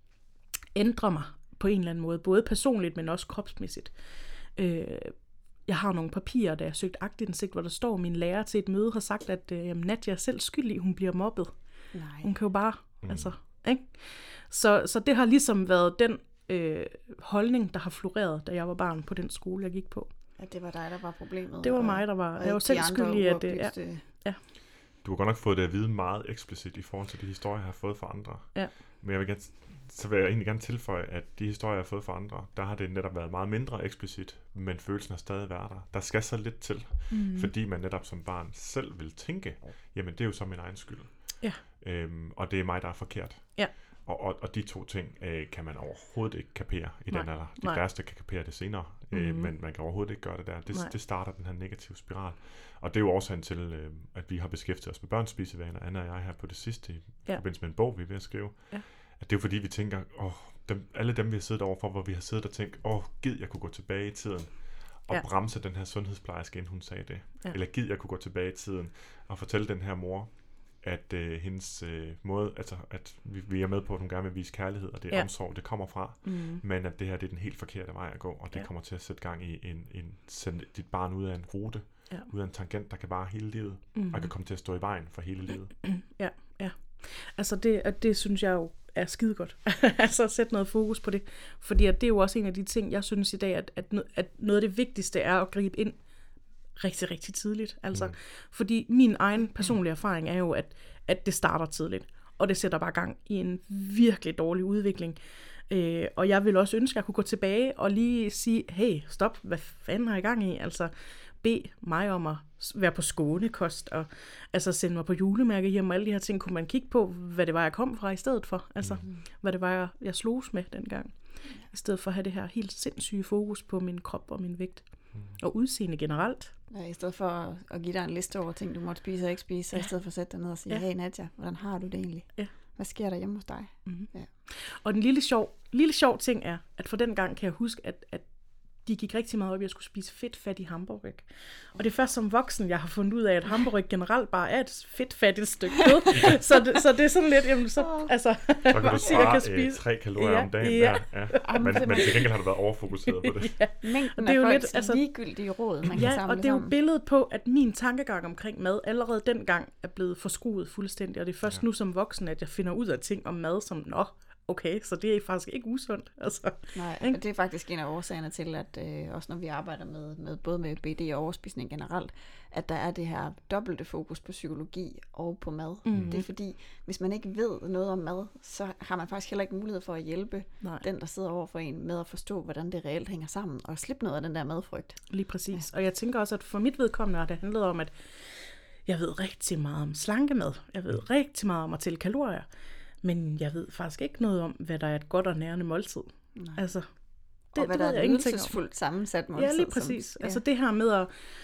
Speaker 4: ændre mig på en eller anden måde, både personligt, men også kropsmæssigt. Øh, jeg har nogle papirer, der jeg søgt aktindsigt, hvor der står, at min lærer til et møde har sagt, at øh, Nadia er selv skyldig, hun bliver mobbet. Nej. Hun kan jo bare, mm. altså, ikke? Så, så det har ligesom været den øh, holdning, der har floreret, da jeg var barn på den skole, jeg gik på.
Speaker 3: At det var dig, der var problemet?
Speaker 4: Det var mig, der var. Jeg var selv skyldig, at det... Ja, ja.
Speaker 2: Du har godt nok fået det at vide meget eksplicit i forhold til de historier, jeg har fået fra andre. Ja. Men jeg vil gerne, så vil jeg egentlig gerne tilføje, at de historier, jeg har fået fra andre, der har det netop været meget mindre eksplicit, men følelsen har stadig været der. Der skal så lidt til, mm. fordi man netop som barn selv vil tænke, jamen det er jo så min egen skyld. Ja. Øhm, og det er mig, der er forkert. Ja. Og, og, og de to ting øh, kan man overhovedet ikke kapere i Nej. den alder. De Nej. færreste kan kapere det senere, øh, mm-hmm. men man kan overhovedet ikke gøre det der. Det, det starter den her negative spiral. Og det er jo årsagen til, øh, at vi har beskæftiget os med børns spisevaner, Anna og jeg her på det sidste, i ja. forbindelse med en bog, vi er ved at skrive. Ja. At det er jo fordi, vi tænker, åh, dem, alle dem, vi har siddet overfor, hvor vi har siddet og tænkt, åh, gid jeg kunne gå tilbage i tiden og ja. bremse den her sundhedsplejerske, inden hun sagde det. Ja. Eller gid jeg kunne gå tilbage i tiden og fortælle den her mor, at øh, hendes øh, måde, altså at vi, vi er med på, at hun gerne vil vise kærlighed, og det er ja. omsorg, det kommer fra, mm. men at det her, det er den helt forkerte vej at gå, og det ja. kommer til at sætte gang i en, en sende dit barn ud af en rute, ja. ud af en tangent, der kan vare hele livet, mm. og kan komme til at stå i vejen for hele livet.
Speaker 4: Ja, ja. Altså det, det synes jeg jo er skidegodt. Altså at sætte noget fokus på det, fordi at det er jo også en af de ting, jeg synes i dag, at, at, at noget af det vigtigste er at gribe ind rigtig, rigtig tidligt. Altså, mm. fordi min egen personlige erfaring er jo, at, at det starter tidligt, og det sætter bare gang i en virkelig dårlig udvikling. Øh, og jeg vil også ønske, at jeg kunne gå tilbage og lige sige, hey, stop, hvad fanden har jeg gang i? Altså, bed mig om at være på skånekost, og altså sende mig på julemærke hjem, og alle de her ting, kunne man kigge på, hvad det var, jeg kom fra i stedet for. Altså, mm. hvad det var, jeg, jeg slogs med dengang. I stedet for at have det her helt sindssyge fokus på min krop og min vægt. Og udseende generelt.
Speaker 3: Ja, i stedet for at give dig en liste over ting, du måtte spise og ikke spise, så ja. i stedet for at sætte dig ned og sige, ja. hey Nadia, hvordan har du det egentlig? Ja. Hvad sker der hjemme hos dig? Mm-hmm. Ja.
Speaker 4: Og den lille sjov, lille sjov ting er, at for den gang kan jeg huske, at, at de gik rigtig meget op i, at jeg skulle spise fedtfattig hamburg. Og det er først som voksen, jeg har fundet ud af, at hamburg generelt bare er et fedtfattigt stykke kød. så, det, så det er sådan lidt, jamen så, altså,
Speaker 2: så kan du spare tre kalorier ja, om dagen. Ja. Ja. Ja. Men, men til gengæld har du været overfokuseret på det.
Speaker 3: Ja. Mængden af folks altså, ligegyldige råd, man
Speaker 4: ja,
Speaker 3: kan samle
Speaker 4: og det er jo billedet på, at min tankegang omkring mad allerede dengang er blevet forskruet fuldstændig. Og det er først ja. nu som voksen, at jeg finder ud af ting om mad, som nå, okay, så det er faktisk ikke usundt. Altså,
Speaker 3: Nej, ikke? Det er faktisk en af årsagerne til, at øh, også når vi arbejder med, med både med B D og overspisning generelt, at der er det her dobbelte fokus på psykologi og på mad. Mm-hmm. Det er fordi, hvis man ikke ved noget om mad, så har man faktisk heller ikke mulighed for at hjælpe Nej. den, der sidder over for en, med at forstå, hvordan det reelt hænger sammen, og slippe noget af den der madfrygt.
Speaker 4: Lige præcis. Ja. Og jeg tænker også, at for mit vedkommende har det handlet om, at jeg ved rigtig meget om slankemad. Jeg ved rigtig meget om at tælle kalorier. Men jeg ved faktisk ikke noget om, hvad der er et godt og nærende måltid. Nej. Altså,
Speaker 3: det, og hvad det der er et ydelsesfuldt sammensat måltid.
Speaker 4: Ja, lige præcis. Som, ja. Altså det her med at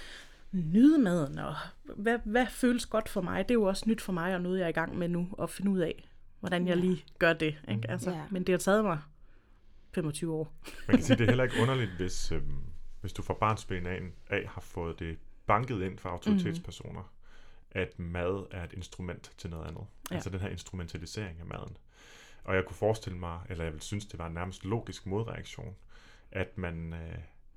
Speaker 4: nyde maden, og hvad, hvad føles godt for mig. Det er jo også nyt for mig, og noget jeg er i gang med nu, at finde ud af, hvordan jeg lige gør det. Ikke? Altså,
Speaker 3: Ja.
Speaker 4: Men det har taget mig femogtyve år.
Speaker 2: Man kan sige, det er heller ikke underligt, hvis, øhm, hvis du fra barnsben af, af har fået det banket ind for autoritetspersoner, mm. at mad er et instrument til noget andet. Ja. Altså den her instrumentalisering af maden. Og jeg kunne forestille mig, eller jeg vil synes, det var en nærmest logisk modreaktion, at man øh,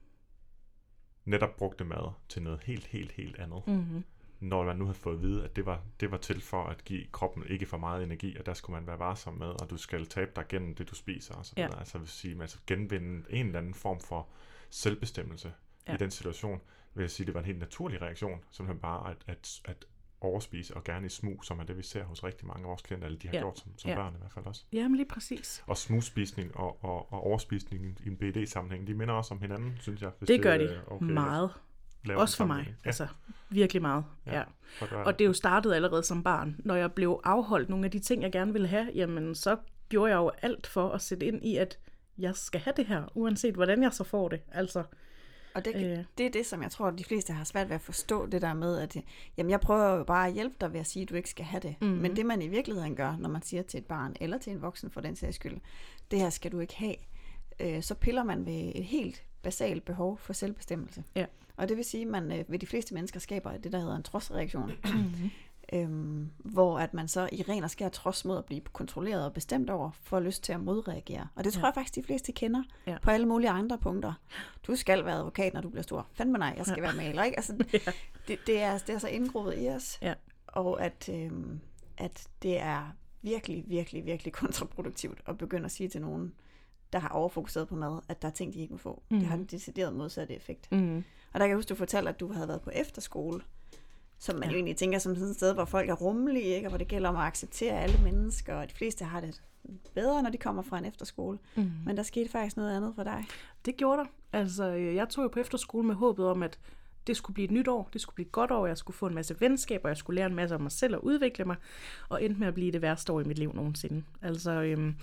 Speaker 2: netop brugte mad til noget helt, helt, helt andet.
Speaker 4: Mm-hmm.
Speaker 2: Når man nu havde fået at vide, at det var, det var til for at give kroppen ikke for meget energi, og der skulle man være varsom med, og du skal tabe dig gennem det, du spiser. Og så
Speaker 4: ja.
Speaker 2: Altså vil sige, altså genvinde en eller anden form for selvbestemmelse ja. i den situation, vil jeg sige, det var en helt naturlig reaktion, simpelthen bare at, at, at overspise, og gerne i smug, som er det, vi ser hos rigtig mange af vores klienter, eller de har ja. gjort som, som ja. børn i hvert fald også.
Speaker 4: Jamen lige præcis.
Speaker 2: Og smugspisning og, og, og overspisning i en B D sammenhæng, de minder også om hinanden, synes jeg.
Speaker 4: Hvis det gør det, de okay, meget. Også for mig. Ja. Altså virkelig meget. Ja. Ja. Og det er jo startet allerede som barn. Når jeg blev afholdt nogle af de ting, jeg gerne ville have, jamen så gjorde jeg jo alt for at sætte ind i, at jeg skal have det her, uanset hvordan jeg så får det. Altså,
Speaker 3: og det, øh, det er det, som jeg tror, at de fleste har svært ved at forstå, det der med, at jamen, jeg prøver jo bare at hjælpe dig ved at sige, at du ikke skal have det. Mm-hmm. Men det, man i virkeligheden gør, når man siger til et barn, eller til en voksen for den sags skyld, det her skal du ikke have, øh, så piller man ved et helt basalt behov for selvbestemmelse.
Speaker 4: Ja.
Speaker 3: Og det vil sige, at man øh, ved de fleste mennesker skaber det, der hedder en trodsreaktion. Mm-hmm. Øhm, hvor at man så i ren og skær trods mod at blive kontrolleret og bestemt over, får lyst til at modreagere. Og det tror ja. jeg faktisk, de fleste kender ja. på alle mulige andre punkter. Du skal være advokat, når du bliver stor. Fandme nej, jeg skal ja. være maler. Ikke? Altså, ja. det, det, er, det er så indgroet i os. Ja. Og at, øhm, at det er virkelig, virkelig, virkelig kontraproduktivt at begynde at sige til nogen, der har overfokuseret på mad, at der er ting, de ikke må få. Mm. Det har en decideret modsatte effekt. Mm. Og der kan jeg huske, du fortalte, at du havde været på efterskole, som man ja. jo egentlig tænker som sådan et sted, hvor folk er rummelige, ikke? Og hvor det gælder om at acceptere alle mennesker, og de fleste har det bedre, når de kommer fra en efterskole. Mm. Men der skete faktisk noget andet for dig.
Speaker 4: Det gjorde der. Altså, jeg tog jo på efterskole med håbet om, at det skulle blive et nyt år, det skulle blive et godt år, jeg skulle få en masse venskaber, jeg skulle lære en masse om mig selv og udvikle mig, og endte med at blive det værste år i mit liv nogensinde. Altså, øhm,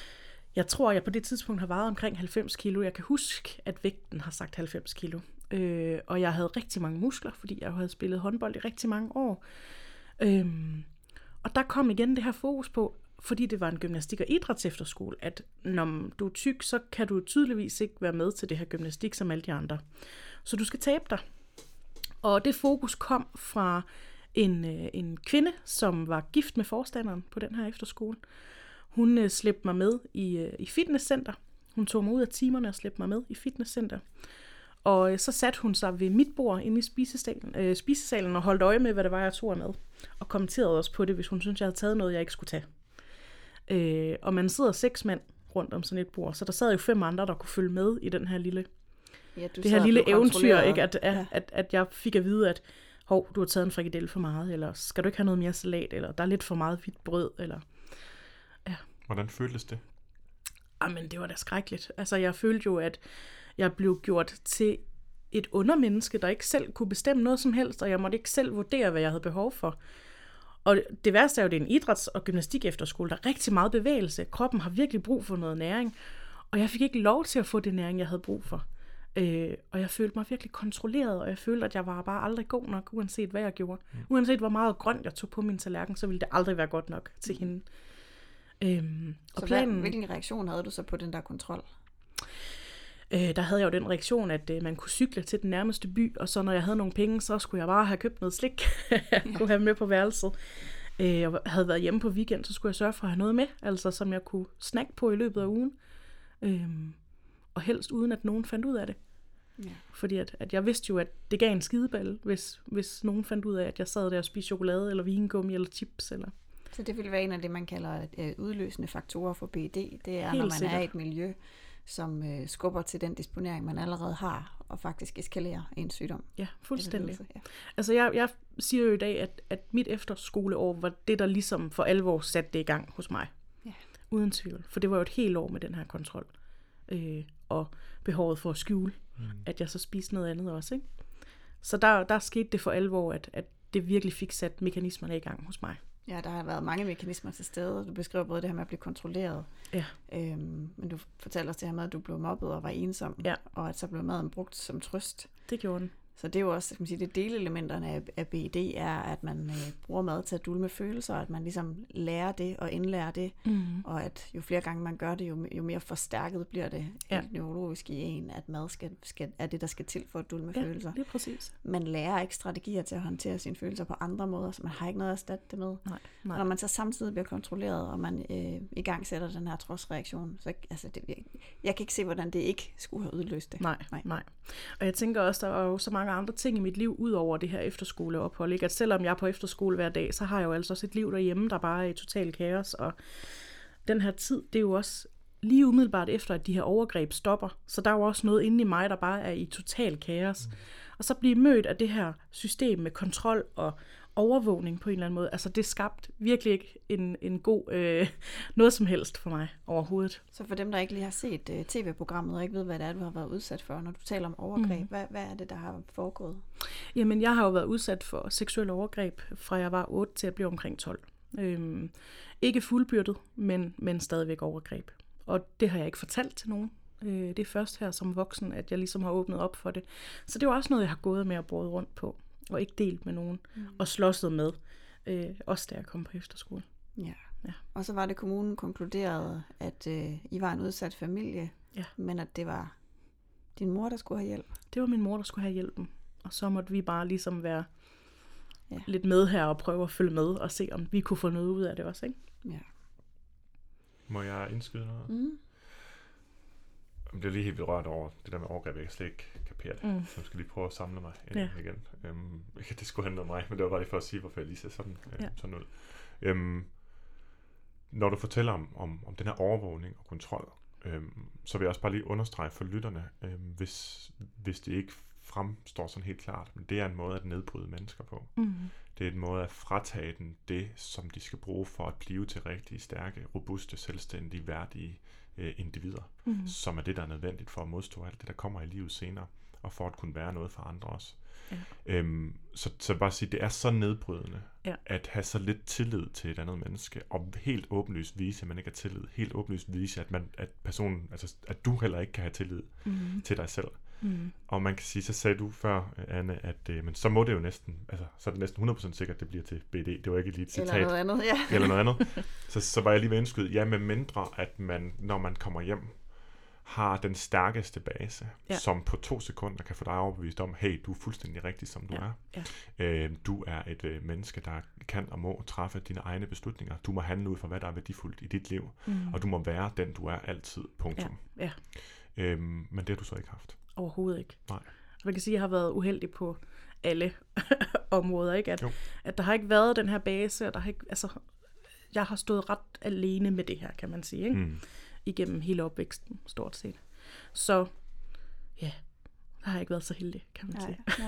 Speaker 4: jeg tror, jeg på det tidspunkt har vejet omkring halvfems kilo. Jeg kan huske, at vægten har sagt halvfems kilo. Øh, og jeg havde rigtig mange muskler, fordi jeg havde spillet håndbold i rigtig mange år. Øh, og der kom igen det her fokus på, fordi det var en gymnastik- og idrætsefterskole, at når du er tyk, så kan du tydeligvis ikke være med til det her gymnastik som alle de andre. Så du skal tabe dig. Og det fokus kom fra en, en kvinde, som var gift med forstanderen på den her efterskole. Hun øh, slæbte mig med i, øh, i fitnesscenter. Hun tog mig ud af timerne og slæbte mig med i fitnesscenter. Og øh, så satte hun sig ved mit bord inde i spisesalen, øh, spisesalen og holdt øje med, hvad det var, jeg tog med. Og kommenterede også på det, hvis hun syntes, jeg havde taget noget, jeg ikke skulle tage. Øh, og man sidder seks mand rundt om sådan et bord, så der sad jo fem andre, der kunne følge med i den her lille, ja, det her lille eventyr, ikke? At, ja. at, at jeg fik at vide, at hov, du har taget en frikadelle for meget, eller skal du ikke have noget mere salat, eller der er lidt for meget hvidt brød, eller... Ja.
Speaker 2: Hvordan føltes det?
Speaker 4: Jamen, det var da skrækkeligt. Altså, jeg følte jo, at jeg blev gjort til et undermenneske, der ikke selv kunne bestemme noget som helst, og jeg måtte ikke selv vurdere, hvad jeg havde behov for. Og det værste er jo, det er en idræts- og gymnastik efterskole. Der er rigtig meget bevægelse. Kroppen har virkelig brug for noget næring, og jeg fik ikke lov til at få det næring, jeg havde brug for. Øh, og jeg følte mig virkelig kontrolleret, og jeg følte, at jeg var bare aldrig god nok, uanset hvad jeg gjorde. Mm. Uanset hvor meget grønt jeg tog på min tallerken, så ville det aldrig være godt nok til hende. Øhm,
Speaker 3: og så planen, hvad, hvilken reaktion havde du så på den der kontrol?
Speaker 4: Øh, der havde jeg jo den reaktion, at øh, man kunne cykle til den nærmeste by, og så når jeg havde nogle penge, så skulle jeg bare have købt noget slik, jeg kunne have med på værelset. Øh, jeg havde været hjemme på weekend, så skulle jeg sørge for at have noget med, altså som jeg kunne snakke på i løbet af ugen. Øh, og helst uden, at nogen fandt ud af det. Ja. Fordi at, at jeg vidste jo, at det gav en skideballe, hvis, hvis nogen fandt ud af, at jeg sad der og spiste chokolade, eller vingummi, eller chips, eller...
Speaker 3: Så det ville være en af det, man kalder øh, udløsende faktorer for B D. Det er,
Speaker 4: Helt
Speaker 3: når man
Speaker 4: sikkert.
Speaker 3: er i et miljø, som øh, skubber til den disponering, man allerede har, og faktisk eskalerer en sygdom.
Speaker 4: Ja, fuldstændig.
Speaker 3: Ja.
Speaker 4: Altså, jeg, jeg siger jo i dag, at, at mit efterskoleår var det, der ligesom for alvor satte det i gang hos mig. Ja. Uden tvivl. For det var jo et helt år med den her kontrol. Øh, og behovet for at skjule, mm. at jeg så spiste noget andet også. Ikke? Så der, der skete det for alvor, at, at det virkelig fik sat mekanismerne i gang hos mig.
Speaker 3: Ja, der har været mange mekanismer til stede. Du beskriver både det her med at blive kontrolleret,
Speaker 4: ja.
Speaker 3: øhm, men du fortæller også det her med, at du blev mobbet og var ensom,
Speaker 4: ja.
Speaker 3: og at så blev maden brugt som trøst.
Speaker 4: Det gjorde den.
Speaker 3: Så det er jo også, kan man sige, det delelementerne af, af B E D er, at man øh, bruger mad til at dulme følelser, at man ligesom lærer det og indlærer det, mm. og at jo flere gange man gør det, jo, jo mere forstærket bliver det ja. helt neurologisk i en, at mad skal, skal, er det, der skal til for at dulme
Speaker 4: ja,
Speaker 3: følelser.
Speaker 4: det er præcis.
Speaker 3: Man lærer ikke strategier til at håndtere sine følelser på andre måder, så man har ikke noget at erstatte det med.
Speaker 4: Nej, nej.
Speaker 3: Og når man så samtidig bliver kontrolleret, og man øh, i gang sætter den her trodsreaktion, så altså, det, jeg, jeg kan ikke se, hvordan det ikke skulle have udløst det.
Speaker 4: Nej, nej, nej. Og jeg tænker også, der er jo så mange andre ting i mit liv, ud over det her efterskoleophold. Ikke? At selvom jeg er på efterskole hver dag, så har jeg jo altså også et liv derhjemme, der bare er i total kaos. Og den her tid, det er jo også lige umiddelbart efter, at de her overgreb stopper. Så der er jo også noget inde i mig, der bare er i total kaos. Mm. Og så blive mødt af det her system med kontrol og overvågning på en eller anden måde. Altså det skabte virkelig ikke en, en god øh, noget som helst for mig overhovedet.
Speaker 3: Så for dem, der ikke lige har set uh, tv-programmet og ikke ved, hvad det er, du har været udsat for, når du taler om overgreb, mm. hvad, hvad er det, der har foregået?
Speaker 4: Jamen, jeg har jo været udsat for seksuelle overgreb, fra jeg var otte til at blive omkring tolv. Øhm, ikke fuldbyrdet, men, men stadigvæk overgreb. Og det har jeg ikke fortalt til nogen. Øh, det er først her som voksen, at jeg ligesom har åbnet op for det. Så det er jo også noget, jeg har gået med og båret rundt på. Og ikke delt med nogen, mm. og slåsset med, øh, også da jeg kom på efterskole.
Speaker 3: Ja. ja, og så var det kommunen konkluderede, at øh, I var en udsat familie,
Speaker 4: ja.
Speaker 3: men at det var din mor, der skulle have hjælp.
Speaker 4: Det var min mor, der skulle have hjælpen, og så måtte vi bare ligesom være
Speaker 3: ja.
Speaker 4: lidt med her og prøve at følge med og se, om vi kunne få noget ud af det også, ikke?
Speaker 3: Ja.
Speaker 2: Må jeg indskyde noget?
Speaker 3: Mm.
Speaker 2: Jeg bliver lige helt berørt over det der med overgreb, jeg kan slet ikke kapere det. Mm. Så jeg skal lige prøve at samle mig ind ja. igen. Um, det skulle handle om mig, men det var bare lige for at sige, hvorfor jeg lige ser sådan, øh, ja. sådan ud. Um, når du fortæller om, om, om den her overvågning og kontrol, um, så vil jeg også bare lige understrege for lytterne, um, hvis, hvis det ikke fremstår sådan helt klart, men det er en måde at nedbryde mennesker på. Mm. Det er en måde at fratage dem det, som de skal bruge for at blive til rigtig stærke, robuste, selvstændige, værdige individer, mm. som er det, der er nødvendigt for at modstå alt det, der kommer i livet senere, og for at kunne være noget for andre også. Ja. Øhm, så, så bare sige, det er så nedbrydende, ja. at have så lidt tillid til et andet menneske, og helt åbenlyst vise, at man ikke har tillid. Helt åbenlyst vise, at, man, at personen, altså at du heller ikke kan have tillid mm. til dig selv. Mm. Og man kan sige, så sagde du før, Anne, at øh, men så må det jo næsten, altså så er det næsten hundrede procent sikkert, at det bliver til B D. Det var ikke lige et citat.
Speaker 3: Eller noget andet, ja.
Speaker 2: Eller noget andet. Så, så var jeg lige ved indskyde, ja, med mindre, at man, når man kommer hjem, har den stærkeste base, ja. som på to sekunder kan få dig overbevist om, hey, du er fuldstændig rigtig, som du ja. er. Ja. Øh, du er et øh, menneske, der kan og må træffe dine egne beslutninger. Du må handle ud fra, hvad der er værdifuldt i dit liv, mm. og du må være den, du er altid. Punktum.
Speaker 4: Ja. Ja.
Speaker 2: Øhm, men det har du så ikke haft.
Speaker 4: Overhovedet ikke.
Speaker 2: Nej.
Speaker 4: Man kan sige, at jeg har været uheldig på alle områder, ikke? At, at der har ikke været den her base, og der har ikke, altså, jeg har stået ret alene med det her, kan man sige, ikke? Mm. Igennem hele opvæksten, stort set. Så, ja, der har jeg ikke været så heldig, kan man
Speaker 3: nej,
Speaker 4: sige.
Speaker 3: Nej,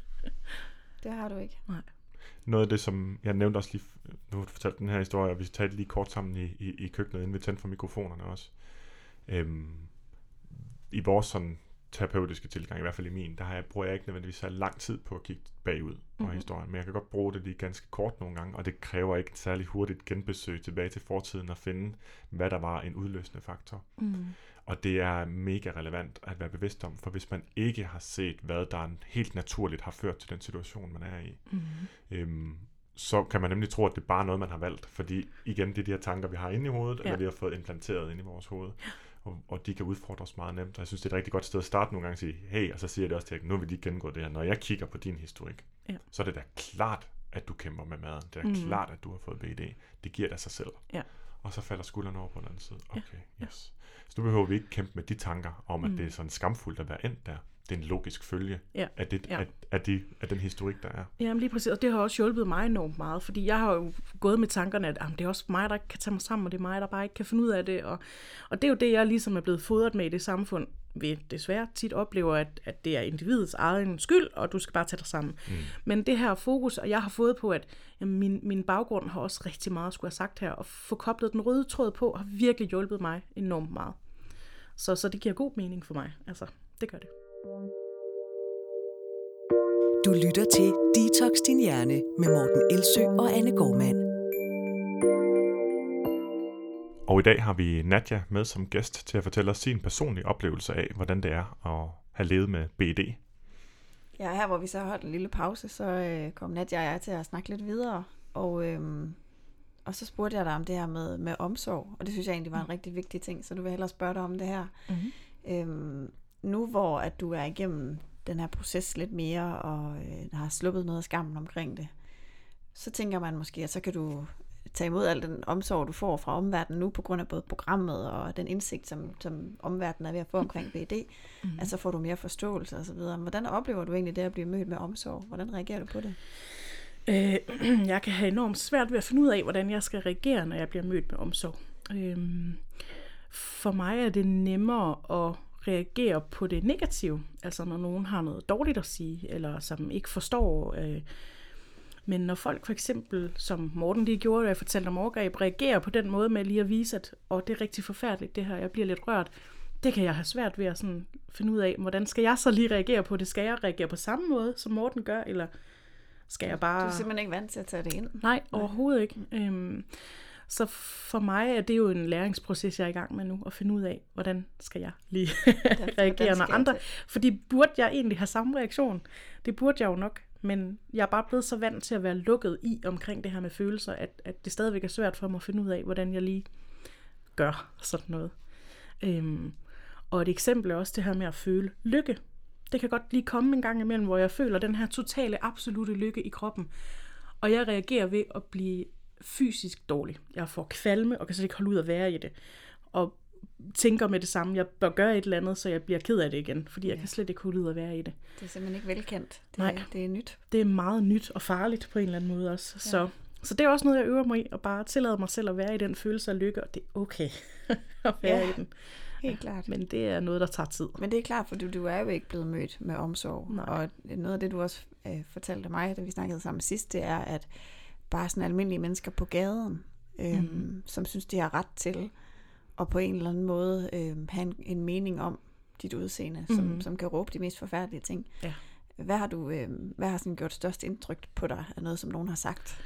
Speaker 3: det har du ikke.
Speaker 2: Nej. Noget af det, som jeg nævnte også lige, nu har du fortalt den her historie, og vi tager det lige kort sammen i, i, i køkkenet, inden vi tændte for mikrofonerne også. Øhm, I vores sådan terapeutiske tilgang, i hvert fald i min, der har jeg, bruger jeg ikke nødvendigvis så lang tid på at kigge bagud på mm-hmm. historien, men jeg kan godt bruge det lige ganske kort nogle gange, og det kræver ikke et særligt hurtigt genbesøg tilbage til fortiden og finde, hvad der var en udløsende faktor. Mm. Og det er mega relevant at være bevidst om, for hvis man ikke har set, hvad der helt naturligt har ført til den situation, man er i, mm. øhm, så kan man nemlig tro, at det er bare noget, man har valgt, fordi igen, det er de her tanker, vi har inde i hovedet, ja. eller vi har fået implanteret inde i vores hoved. Og, og de kan udfordres meget nemt. Og jeg synes, det er et rigtig godt sted at starte nogle gange og sige, hey, og så siger jeg det også til at nu vil de gennemgå det her. Når jeg kigger på din historik, ja. så er det da klart, at du kæmper med maden. Det er da mm. klart, at du har fået B D. Det giver dig sig selv. Ja. Og så falder skuldrene over på den anden side. Okay, ja. yes. Så nu behøver vi ikke kæmpe med de tanker om, at mm. det er sådan skamfuldt at være endt der. Det er en logisk følge ja. af, det, ja. af, af, de, af den historik, der er.
Speaker 4: Jamen lige præcis, og det har også hjulpet mig enormt meget, fordi jeg har jo gået med tankerne, at det er også mig, der ikke kan tage mig sammen, og det er mig, der bare ikke kan finde ud af det. Og, og det er jo det, jeg ligesom er blevet fodret med i det samfund, vi desværre tit oplever, at, at det er individets egen skyld, og du skal bare tage dig sammen. Mm. Men det her fokus, og jeg har fået på, at jamen, min, min baggrund har også rigtig meget, skulle jeg have sagt her, og få koblet den røde tråd på, har virkelig hjulpet mig enormt meget. Så, så det giver god mening for mig. Altså, det gør det.
Speaker 1: Du lytter til Detox Din Hjerne med Morten Elsø og Anne Gårdmand.
Speaker 2: Og i dag har vi Nadja med som gæst til at fortælle os sin personlige oplevelse af, hvordan det er at have levet med B D.
Speaker 3: Ja, her hvor vi så har holdt en lille pause, så øh, kom Nadia og jeg til at snakke lidt videre, og, øhm, og så spurgte jeg dig om det her med, med omsorg, og det synes jeg egentlig var en rigtig vigtig ting, så du vil hellere spørge dig om det her. Mm-hmm. Øhm, nu hvor at du er igennem den her proces lidt mere, og øh, har sluppet noget af skammen omkring det, så tænker man måske, at så kan du tage imod al den omsorg, du får fra omverdenen nu, på grund af både programmet og den indsigt, som, som omverdenen er ved at få omkring B D. Mm-hmm. Altså får du mere forståelse og så videre. Hvordan oplever du egentlig det at blive mødt med omsorg? Hvordan reagerer du på det?
Speaker 4: Øh, jeg kan have enormt svært ved at finde ud af, hvordan jeg skal reagere, når jeg bliver mødt med omsorg. Øh, for mig er det nemmere at reagere på det negative, altså når nogen har noget dårligt at sige, eller som ikke forstår. Øh, men når folk for eksempel, som Morten lige gjorde, og jeg fortalte om overgreb, reagerer på den måde med lige at vise, at oh, det er rigtig forfærdeligt det her, jeg bliver lidt rørt, det kan jeg have svært ved at sådan finde ud af, hvordan skal jeg så lige reagere på det? Skal jeg reagere på samme måde, som Morten gør, eller skal jeg bare...
Speaker 3: Du er simpelthen ikke vant til at tage det ind?
Speaker 4: Nej, overhovedet ikke. Øhm, så for mig er det jo en læringsproces, jeg er i gang med nu, at finde ud af, hvordan skal jeg lige reagere, når andre... Fordi burde jeg egentlig have samme reaktion? Det burde jeg jo nok, men jeg er bare blevet så vant til at være lukket i omkring det her med følelser, at, at det stadigvæk er svært for mig at finde ud af, hvordan jeg lige gør sådan noget. Øhm, og et eksempel er også det her med at føle lykke. Det kan godt lige komme en gang imellem, hvor jeg føler den her totale, absolute lykke i kroppen. Og jeg reagerer ved at blive fysisk dårlig. Jeg får kvalme og kan slet ikke holde ud at være i det. Og tænker med det samme, jeg bør gøre et eller andet, så jeg bliver ked af det igen. Fordi ja. jeg kan slet ikke holde ud at være i det.
Speaker 3: Det er simpelthen ikke velkendt. Det,
Speaker 4: Nej,
Speaker 3: det er nyt.
Speaker 4: Det er meget nyt og farligt på en eller anden måde også. Ja. Så, så det er også noget, jeg øver mig i. At bare tillade mig selv at være i den følelse af lykke. Og det er okay at være ja. i den.
Speaker 3: Helt klart.
Speaker 4: Men det er noget, der tager tid.
Speaker 3: Men det er klart, for du, du er jo ikke blevet mødt med omsorg. Nej. Og noget af det, du også øh, fortalte mig, da vi snakkede sammen sidst, det er, at bare sådan almindelige mennesker på gaden, øh, mm. som synes, de har ret til, og på en eller anden måde øh, have en, en mening om dit udseende, mm. som, som kan råbe de mest forfærdelige ting. Ja. Hvad har du, øh, hvad har sådan gjort størst indtryk på dig af noget, som nogen har sagt?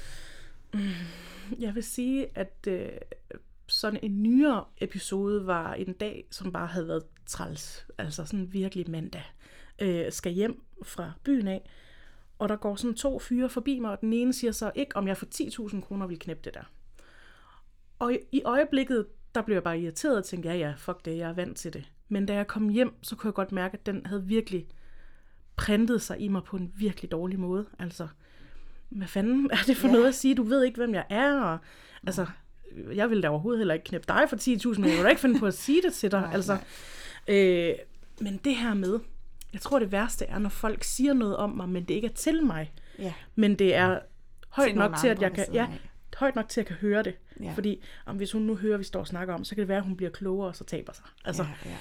Speaker 4: Mm. Jeg vil sige, at... Øh, sådan en nyere episode var en dag, som bare havde været træls. Altså sådan virkelig mandag. Øh, skal hjem fra byen af, og der går sådan to fyre forbi mig, og den ene siger så ikke, om jeg for ti tusind kroner vil knæppe det der. Og i, i øjeblikket, der blev jeg bare irriteret og tænkte, ja ja, fuck det, jeg er vant til det. Men da jeg kom hjem, så kunne jeg godt mærke, at den havde virkelig printet sig i mig på en virkelig dårlig måde. Altså, hvad fanden er det for ja. noget at sige? Du ved ikke, hvem jeg er, og altså... Jeg ville da overhovedet heller ikke knæppe dig for ti tusind, men jeg ville da ikke finde på at sige det til dig. Nej, altså, øh, men det her med, jeg tror det værste er, når folk siger noget om mig, men det ikke er til mig. Ja. Men det er højt nok til, at jeg kan, ja, højt nok til, at jeg kan høre det. Ja. Fordi om hvis hun nu hører, hvad vi står og snakker om, så kan det være, at hun bliver klogere og så taber sig. Altså, ja, ja.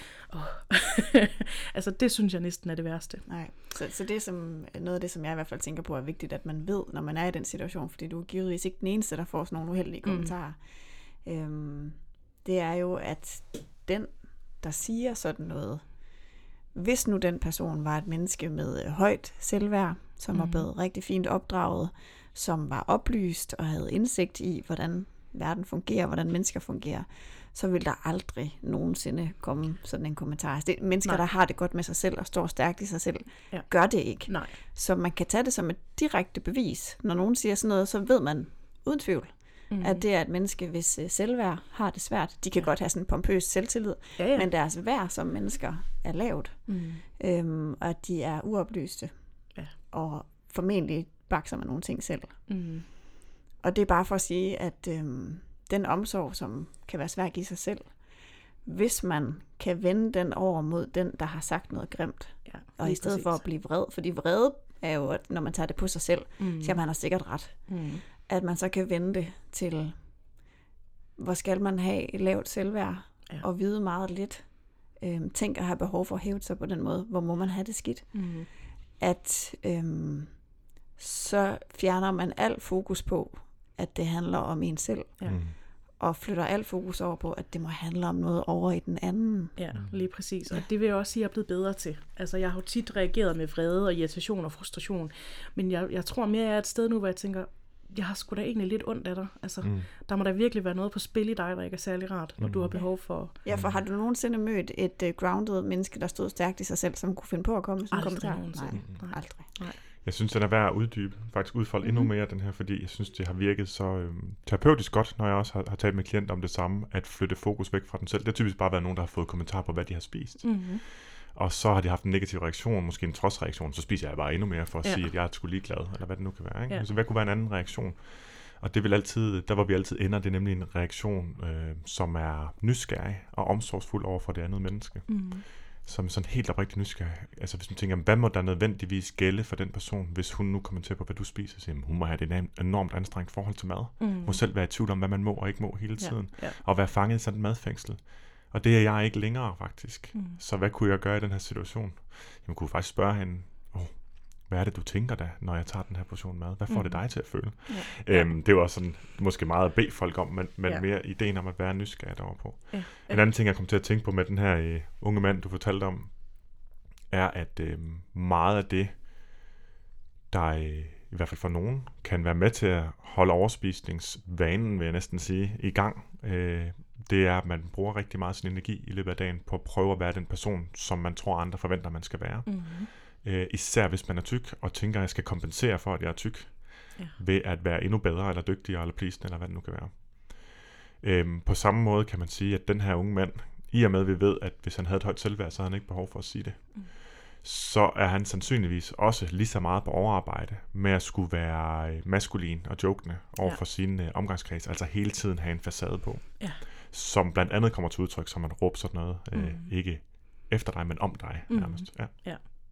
Speaker 4: Oh. altså det synes jeg næsten er det værste.
Speaker 3: Nej. Så, så det er som, noget af det, som jeg i hvert fald tænker på, er vigtigt, at man ved, når man er i den situation, fordi du er givetvis ikke den eneste, der får sådan nogle uheldige mm. kommentarer. Øhm, det er jo, at den, der siger sådan noget, hvis nu den person var et menneske med højt selvværd, som mm. var blevet rigtig fint opdraget, som var oplyst og havde indsigt i, hvordan verden fungerer, hvordan mennesker fungerer, så vil der aldrig nogensinde komme sådan en kommentar. Det er mennesker, Nej. der har det godt med sig selv og står stærkt i sig selv, ja. gør det ikke. Nej. Så man kan tage det som et direkte bevis. Når nogen siger sådan noget, så ved man uden tvivl, mm. at det er et menneske, hvis selvværd har det svært. De kan ja. godt have sådan en pompøs selvtillid, ja, ja. men deres værd som mennesker er lavt. Mm. Øhm, og at de er uoplyste. Ja. Og formentlig bakser man nogle ting selv. Mm. Og det er bare for at sige, at øhm, den omsorg, som kan være svær at give sig selv, hvis man kan vende den over mod den, der har sagt noget grimt, ja, og i stedet præcis. for at blive vred, fordi vrede er jo, at når man tager det på sig selv, mm. så man har sikkert ret, mm. at man så kan vende det til, hvor skal man have et lavt selvværd, ja. og vide meget lidt, øhm, tænk at have behov for at hæve sig på den måde, hvor må man have det skidt, mm. at øhm, så fjerner man alt fokus på, at det handler om en selv, ja. mm. og flytter alt fokus over på, at det må handle om noget over i den anden.
Speaker 4: Ja, lige præcis. Og det vil jeg også sige, at jeg er blevet bedre til. Altså, jeg har jo tit reageret med vrede og irritation og frustration, men jeg, jeg tror mere, jeg er et sted nu, hvor jeg tænker, jeg har sgu da egentlig lidt ondt af dig. Altså,
Speaker 2: Mm.
Speaker 4: der må da virkelig være noget på spil i dig, der ikke er særlig rart, når
Speaker 2: Mm.
Speaker 4: du har behov for...
Speaker 3: Ja, for har du nogensinde mødt et uh, grounded menneske, der stod stærkt i sig selv, som kunne finde på at komme med sådan en
Speaker 4: Aldrig
Speaker 3: kommentar?
Speaker 4: nogensinde.
Speaker 3: Nej,
Speaker 4: Nej.
Speaker 3: aldrig.
Speaker 2: Jeg synes, den er værd at uddybe, faktisk udfolde
Speaker 4: Mhm.
Speaker 2: endnu mere, den her, fordi jeg synes, det har virket så øhm, terapeutisk godt, når jeg også har, har talt med klienter om det samme, at flytte fokus væk fra dem selv. Det har typisk bare været nogen, der har fået kommentarer på, hvad de har spist.
Speaker 4: Mm-hmm.
Speaker 2: Og så har de haft en negativ reaktion, måske en trodsreaktion, så spiser jeg bare endnu mere for at
Speaker 4: Ja.
Speaker 2: sige, at jeg er sgu ligeglad, eller hvad det nu kan være. Ikke?
Speaker 4: Ja.
Speaker 2: Så hvad kunne være en anden reaktion? Og det vil altid, der hvor vi altid ender, det er nemlig en reaktion, øh, som er nysgerrig og omsorgsfuld over for det andet menneske.
Speaker 4: Mm.
Speaker 2: Som er sådan helt oprigtigt nysgerrig. Altså hvis man tænker, hvad må der nødvendigvis gælde for den person, hvis hun nu kommenterer på, hvad du spiser, så jamen, hun må have et enormt- enormt anstrengt forhold til mad.
Speaker 4: Mm.
Speaker 2: Må selv være i tvivl om, hvad man må og ikke må hele
Speaker 4: Ja,
Speaker 2: tiden.
Speaker 4: ja.
Speaker 2: Og være fanget i sådan et madfængsel. Og det er jeg ikke længere, faktisk.
Speaker 4: Mm.
Speaker 2: Så hvad kunne jeg gøre i den her situation? Jeg kunne faktisk spørge hende, oh, hvad er det, du tænker da, når jeg tager den her portion mad? Hvad får mm. det dig til at føle?
Speaker 4: Ja.
Speaker 2: Øhm, det var sådan, måske meget at bede folk om, men, men
Speaker 4: Ja.
Speaker 2: mere ideen om at være nysgerrig derovre på.
Speaker 4: Ja.
Speaker 2: En anden ting, jeg kom til at tænke på med den her øh, unge mand, du fortalte om, er, at øh, meget af det, der øh, i hvert fald for nogen, kan være med til at holde overspisningsvanen, vil jeg næsten sige, i gang. Øh, det er, at man bruger rigtig meget sin energi i løbet af dagen på at prøve at være den person, som man tror, andre forventer, man skal være.
Speaker 4: Mm-hmm.
Speaker 2: Øh, især hvis man er tyk, og tænker, at jeg skal kompensere for, at jeg er tyk,
Speaker 4: Ja.
Speaker 2: ved at være endnu bedre, eller dygtigere, eller pleasende, eller hvad det nu kan være. Øhm, på samme måde kan man sige, at den her unge mand, i og med at vi ved, at hvis han havde et højt selvværd, så havde han ikke behov for at sige det.
Speaker 4: Mm.
Speaker 2: Så er han sandsynligvis også lige så meget på overarbejde med at skulle være øh, maskulin og jokende over
Speaker 4: Ja.
Speaker 2: for sin øh, omgangskreds, altså hele tiden have en facade på,
Speaker 4: Ja.
Speaker 2: som blandt andet kommer til udtryk, som man råber sådan noget, øh,
Speaker 4: Mm.
Speaker 2: ikke efter dig, men om dig
Speaker 4: Mm.
Speaker 2: nærmest. Ja.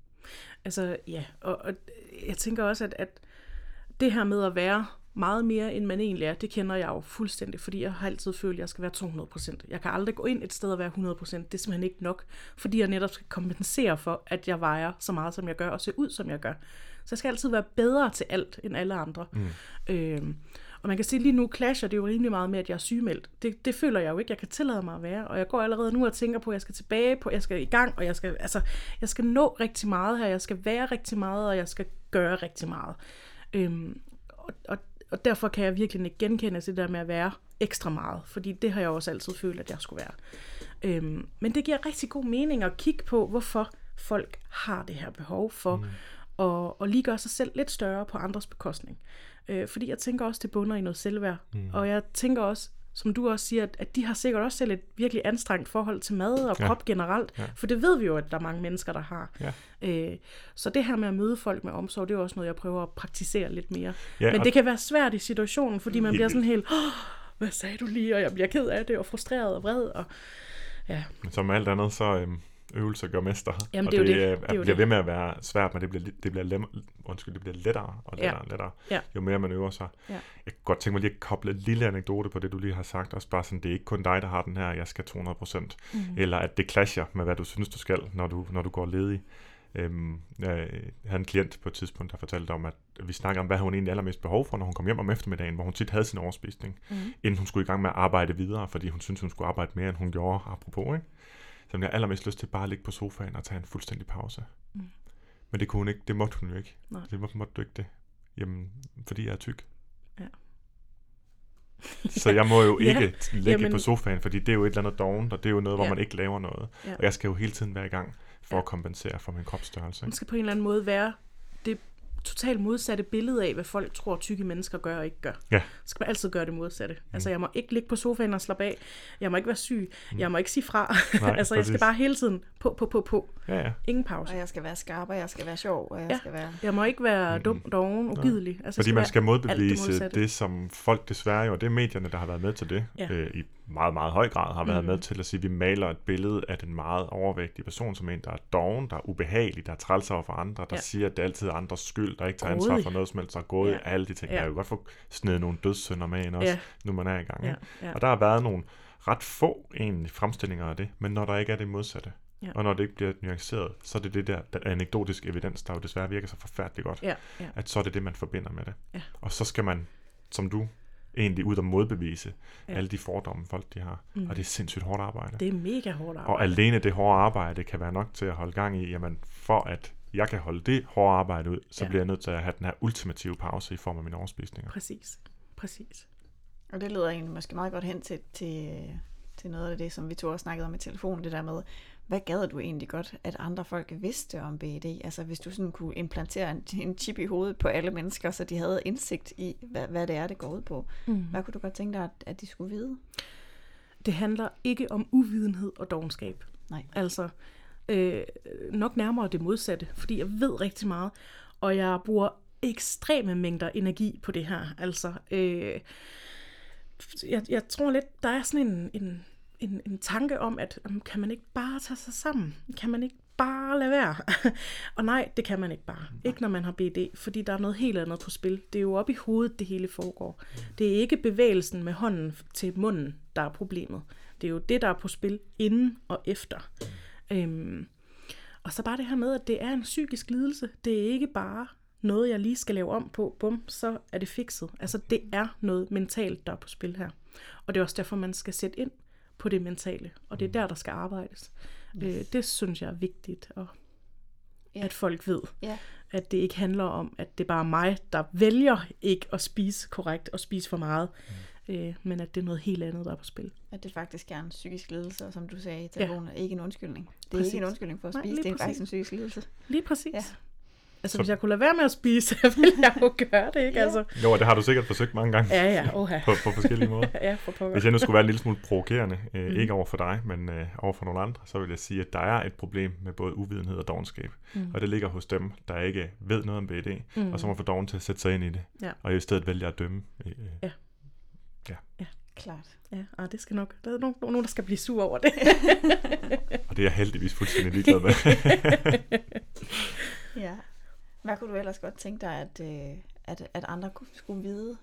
Speaker 4: Altså, ja, og, og jeg tænker også, at, at det her med at være meget mere, end man egentlig er, det kender jeg jo fuldstændig, fordi jeg har altid følt, at jeg skal være to hundrede procent. Jeg kan aldrig gå ind et sted og være hundrede procent. Det er simpelthen ikke nok, fordi jeg netop skal kompensere for, at jeg vejer så meget, som jeg gør, og ser ud, som jeg gør. Så jeg skal altid være bedre til alt, end alle andre.
Speaker 2: Mm.
Speaker 4: Øhm, og man kan sige, lige nu clasher det jo rimelig meget med, at jeg er sygemeldt. Det, det føler jeg jo ikke, jeg kan tillade mig at være. Og jeg går allerede nu og tænker på, at jeg skal tilbage, på, jeg skal i gang, og jeg skal, altså, jeg skal nå rigtig meget her. Jeg skal være rigtig meget, og jeg skal gøre rigtig meget. Øhm, og, og, og derfor kan jeg virkelig ikke genkende det der med at være ekstra meget. Fordi det har jeg også altid følt, at jeg skulle være. Øhm, men det giver rigtig god mening at kigge på, hvorfor folk har det her behov for mm. at, at lige gøre sig selv lidt større på andres bekostning. Øh, fordi jeg tænker også, det bunder i noget selvværd. Mm. Og jeg tænker også, som du også siger, at, at de har sikkert også selv et virkelig anstrengt forhold til mad og
Speaker 2: Ja.
Speaker 4: krop generelt.
Speaker 2: Ja.
Speaker 4: For det ved vi jo, at der er mange mennesker, der har.
Speaker 2: Ja.
Speaker 4: Øh, så det her med at møde folk med omsorg, det er jo også noget, jeg prøver at praktisere lidt mere.
Speaker 2: Ja,
Speaker 4: Men
Speaker 2: og-
Speaker 4: det kan være svært i situationen, fordi man
Speaker 2: Helt
Speaker 4: bliver sådan helt, oh, hvad sagde du lige, og jeg bliver ked af det, og frustreret og vred. Og, ja.
Speaker 2: Men som alt andet, så øhm, øvelse gør mester.
Speaker 4: Jamen,
Speaker 2: og
Speaker 4: det er jo
Speaker 2: det,
Speaker 4: det.
Speaker 2: øh,
Speaker 4: Det er jo
Speaker 2: bliver
Speaker 4: det.
Speaker 2: ved med at være svært, men det bliver, det bliver, lem, undskyld, det bliver lettere og lettere,
Speaker 4: Ja.
Speaker 2: og lettere,
Speaker 4: Ja.
Speaker 2: jo mere man øver sig.
Speaker 4: Ja.
Speaker 2: Jeg kan godt tænke mig lige at koble en lille anekdote på det, du lige har sagt. Også bare sådan, det er ikke kun dig, der har den her, jeg skal to hundrede procent. Mm. Eller at det clasher med, hvad du synes, du skal, når du, når du går ledig. Øhm, jeg havde en klient på et tidspunkt, der fortalte om, at vi snakker om, hvad hun egentlig allermest behov for, når hun kom hjem om eftermiddagen, hvor hun tit havde sin overspisning, mm. inden hun skulle i gang med at arbejde videre, fordi hun syntes, hun skulle arbejde mere, end hun gjorde, apropos, ikke? Så hun havde allermest lyst til bare at ligge på sofaen og tage en fuldstændig pause. Mm. Men det kunne hun ikke, det måtte hun jo ikke.
Speaker 4: Nej.
Speaker 2: Det, hvorfor måtte du ikke det? Jamen, fordi jeg er tyk.
Speaker 4: Ja.
Speaker 2: Så jeg må jo ikke
Speaker 4: Ja.
Speaker 2: ligge
Speaker 4: Jamen-
Speaker 2: på sofaen, fordi det er jo et eller andet dovent, og det er jo noget, hvor
Speaker 4: Ja.
Speaker 2: man ikke laver noget.
Speaker 4: Ja.
Speaker 2: Og jeg skal jo hele tiden være i gang for
Speaker 4: Ja.
Speaker 2: at kompensere for min kropsstørrelse.
Speaker 4: Man
Speaker 2: Ikke?
Speaker 4: skal på en eller anden måde være det totalt modsatte billede af, hvad folk tror, tykke mennesker gør og ikke gør.
Speaker 2: Ja.
Speaker 4: Så skal man altid gøre det modsatte. Mm. Altså, jeg må ikke ligge på sofaen og slappe af. Jeg må ikke være syg. Mm. Jeg må ikke sige fra.
Speaker 2: Nej,
Speaker 4: altså, jeg skal
Speaker 2: præcis.
Speaker 4: bare hele tiden på, på, på, på.
Speaker 2: Ja, ja.
Speaker 4: Ingen pause.
Speaker 3: Og jeg skal være skarp, og jeg skal være sjov, og jeg
Speaker 4: Ja.
Speaker 3: skal være...
Speaker 4: Jeg må ikke være dum, doven, ugidelig. Altså,
Speaker 2: Fordi man skal
Speaker 4: være alt det
Speaker 2: modbevise det,
Speaker 4: modsatte.
Speaker 2: det, som folk desværre jo, og det er medierne, der har været med til det,
Speaker 4: Ja.
Speaker 2: øh, i meget, meget høj grad har været
Speaker 4: Mhm.
Speaker 2: med til at sige, at vi maler et billede af den meget overvægtige person som en, der er doven, der er ubehagelig, der er træls over for andre, der
Speaker 4: Ja.
Speaker 2: siger, at det er altid andres skyld, der ikke tager ansvar
Speaker 4: Grådig.
Speaker 2: for noget som helst, og gået
Speaker 4: Ja.
Speaker 2: alle de ting.
Speaker 4: Ja.
Speaker 2: Jeg kan jo godt få snedet nogle dødssynder med ind også,
Speaker 4: Ja.
Speaker 2: nu man er i gang.
Speaker 4: Ja,
Speaker 2: Ikke?
Speaker 4: ja.
Speaker 2: Og der har været nogle ret få egentlig fremstillinger af det, men når der ikke er det modsatte,
Speaker 4: Ja.
Speaker 2: og når det ikke bliver nuanceret, så er det det der, den anekdotiske evidens, der jo desværre virker så forfærdeligt godt,
Speaker 4: Ja, ja.
Speaker 2: at så er det det, man forbinder med det.
Speaker 4: Ja.
Speaker 2: Og så skal man, som du, egentlig ud og modbevise
Speaker 4: Ja.
Speaker 2: ja. alle de fordomme, folk de har.
Speaker 4: Mm.
Speaker 2: Mm. Og det er sindssygt hårdt arbejde.
Speaker 4: Det er mega hårdt arbejde.
Speaker 2: Og alene det hårde arbejde kan være nok til at holde gang i, jamen for at jeg kan holde det hårde arbejde ud, så
Speaker 4: Ja.
Speaker 2: bliver jeg nødt til at have den her ultimative pause i form af mine overspisninger.
Speaker 4: Præcis. Præcis.
Speaker 3: Og det leder egentlig måske meget godt hen til, til, til noget af det, som vi to har snakket om i telefonen, det der med, hvad gad du egentlig godt, at andre folk vidste om B E D? Altså hvis du sådan kunne implantere en, en chip i hovedet på alle mennesker, så de havde indsigt i, hvad, hvad det er, det går ud på.
Speaker 4: Mm.
Speaker 3: Hvad kunne du godt tænke dig, at, at de skulle vide?
Speaker 4: Det handler ikke om uvidenhed og dovenskab.
Speaker 3: Nej.
Speaker 4: Altså, øh, nok nærmere det modsatte, fordi jeg ved rigtig meget, og jeg bruger ekstreme mængder energi på det her. Altså, øh, jeg, jeg tror lidt, der er sådan en, en, en, en tanke om, at um, kan man ikke bare tage sig sammen? Kan man ikke bare lade være? Og nej, det kan man ikke bare. Nej. Ikke når man har B E D, fordi der er noget helt andet på spil. Det er jo oppe i hovedet, det hele foregår. Det er ikke bevægelsen med hånden til munden, der er problemet. Det er jo det, der er på spil inden og efter. Øhm, og så bare det her med, at det er en psykisk lidelse. Det er ikke bare noget, jeg lige skal lave om på. Bum, så er det fikset. Altså, det er noget mentalt, der er på spil her. Og det er også derfor, man skal sætte ind på det mentale. Og det er der, der skal arbejdes. Øh, det synes jeg er vigtigt, og
Speaker 3: Ja.
Speaker 4: at folk ved.
Speaker 3: Ja.
Speaker 4: At det ikke handler om, at det er bare mig, der vælger ikke at spise korrekt og spise for meget. Mm. Øh, men at det er noget helt andet, der er på spil.
Speaker 3: At det faktisk er en psykisk lidelse, og som du sagde i telefonen, ja. ikke en undskyldning. Det er
Speaker 4: Præcis.
Speaker 3: ikke en undskyldning for at
Speaker 4: Nej,
Speaker 3: spise,
Speaker 4: lige
Speaker 3: det er
Speaker 4: præcis.
Speaker 3: faktisk en psykisk lidelse.
Speaker 4: Lige præcis.
Speaker 3: Ja.
Speaker 4: Ja. Altså,
Speaker 2: Så-
Speaker 4: hvis jeg kunne lade være med at spise, så ville jeg jo gøre det, ikke?
Speaker 3: Ja.
Speaker 4: Altså,
Speaker 2: Jo, og det har du sikkert forsøgt mange gange
Speaker 4: ja, ja, oha.
Speaker 2: på, på forskellige måder.
Speaker 4: Ja, for pokker.
Speaker 2: Hvis jeg nu skulle være en lille smule provokerende, øh,
Speaker 4: Mm.
Speaker 2: ikke over for dig, men øh, over for nogle andre, så vil jeg sige, at der er et problem med både uvidenhed og dovenskab.
Speaker 4: Mm.
Speaker 2: Og det ligger hos dem, der ikke ved noget om B E D,
Speaker 4: Mm.
Speaker 2: og som er for doven til at sætte sig ind i det,
Speaker 4: Ja.
Speaker 2: og i stedet vælger at dømme. Øh,
Speaker 4: Ja.
Speaker 3: Klart.
Speaker 4: Ja, ah, det skal nok. Der er nogen, nogen, der skal blive sur over det.
Speaker 2: Og det er jeg heldigvis fuldstændig ligeglad med.
Speaker 3: Ja. Hvad kunne du ellers godt tænke dig, at, øh, at, at andre kunne- skulle vide?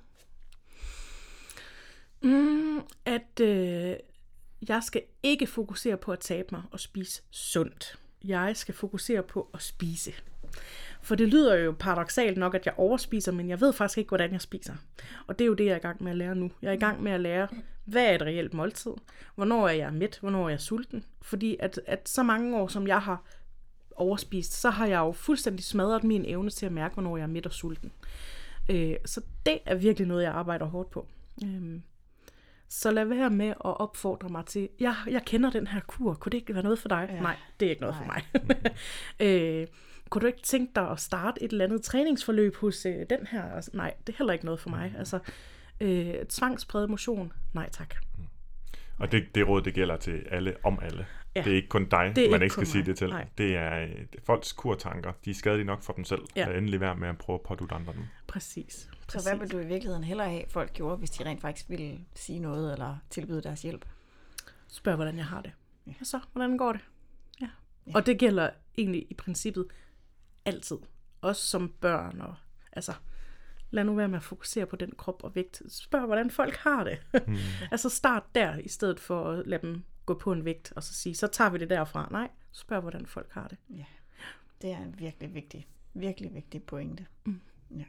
Speaker 4: Mm, at øh, jeg skal ikke fokusere på at tabe mig og spise sundt. Jeg skal fokusere på at spise. For det lyder jo paradoksalt nok, at jeg overspiser, men jeg ved faktisk ikke, hvordan jeg spiser. Og det er jo det, jeg er i gang med at lære nu. Jeg er i gang med at lære, hvad er et reelt måltid? Hvornår er jeg mæt? Hvornår er jeg sulten? Fordi at, at så mange år, som jeg har overspist, så har jeg jo fuldstændig smadret min evne til at mærke, hvornår jeg er mæt og sulten. Øh, så det er virkelig noget, jeg arbejder hårdt på. Øh, så lad være med at opfordre mig til, jeg, jeg kender den her kur, kunne det ikke være noget for dig?
Speaker 3: Ja.
Speaker 4: Ja. Nej, det er ikke noget
Speaker 3: Nej.
Speaker 4: for mig. øh, kunne du ikke tænke dig at starte et eller andet træningsforløb hos øh, den her? Altså, nej, det er heller ikke noget for mig. Altså, øh, tvangspræget motion? Nej tak.
Speaker 2: Og det, det råd, det gælder til alle om alle.
Speaker 4: Ja.
Speaker 2: Det er ikke kun dig,
Speaker 4: Det er
Speaker 2: man
Speaker 4: ikke
Speaker 2: ikke skal
Speaker 4: kun
Speaker 2: sige
Speaker 4: mig.
Speaker 2: det til.
Speaker 4: Nej.
Speaker 2: Det er øh, folks kurtanker. De er skadelige nok for dem selv.
Speaker 4: Ja.
Speaker 2: Lad endelig være med at prøve at pådutte andre dem.
Speaker 4: Præcis.
Speaker 3: Så hvad vil du i virkeligheden hellere have, folk gjorde, hvis de rent faktisk ville sige noget, eller tilbyde deres hjælp?
Speaker 4: Spørg, hvordan jeg har det.
Speaker 3: Ja.
Speaker 4: Ja, så, hvordan går det? Ja.
Speaker 3: Ja.
Speaker 4: Og det gælder egentlig i princippet altid. Også som børn. Og, altså, lad nu være med at fokusere på den krop og vægt. Spørg, hvordan folk har det.
Speaker 2: Mm.
Speaker 4: Altså start der, i stedet for at lade dem gå på en vægt, og så sige, så tager vi det derfra. Nej, spørg, hvordan folk har det.
Speaker 3: Ja, det er en virkelig vigtig, virkelig vigtig pointe.
Speaker 4: Mm.
Speaker 3: Ja.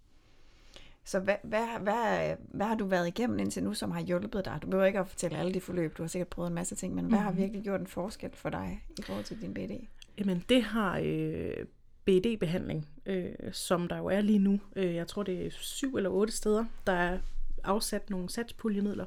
Speaker 3: Så hvad, hvad, hvad, hvad har du været igennem indtil nu, som har hjulpet dig? Du behøver ikke at fortælle alle de forløb, du har sikkert prøvet en masse ting, men hvad har
Speaker 4: Mhm.
Speaker 3: virkelig gjort en forskel for dig i forhold til din B E D?
Speaker 4: Jamen, det har øh, B E D-behandling, øh, som der jo er lige nu. Øh, jeg tror, det er syv eller otte steder, der er afsat nogle satspuljemidler,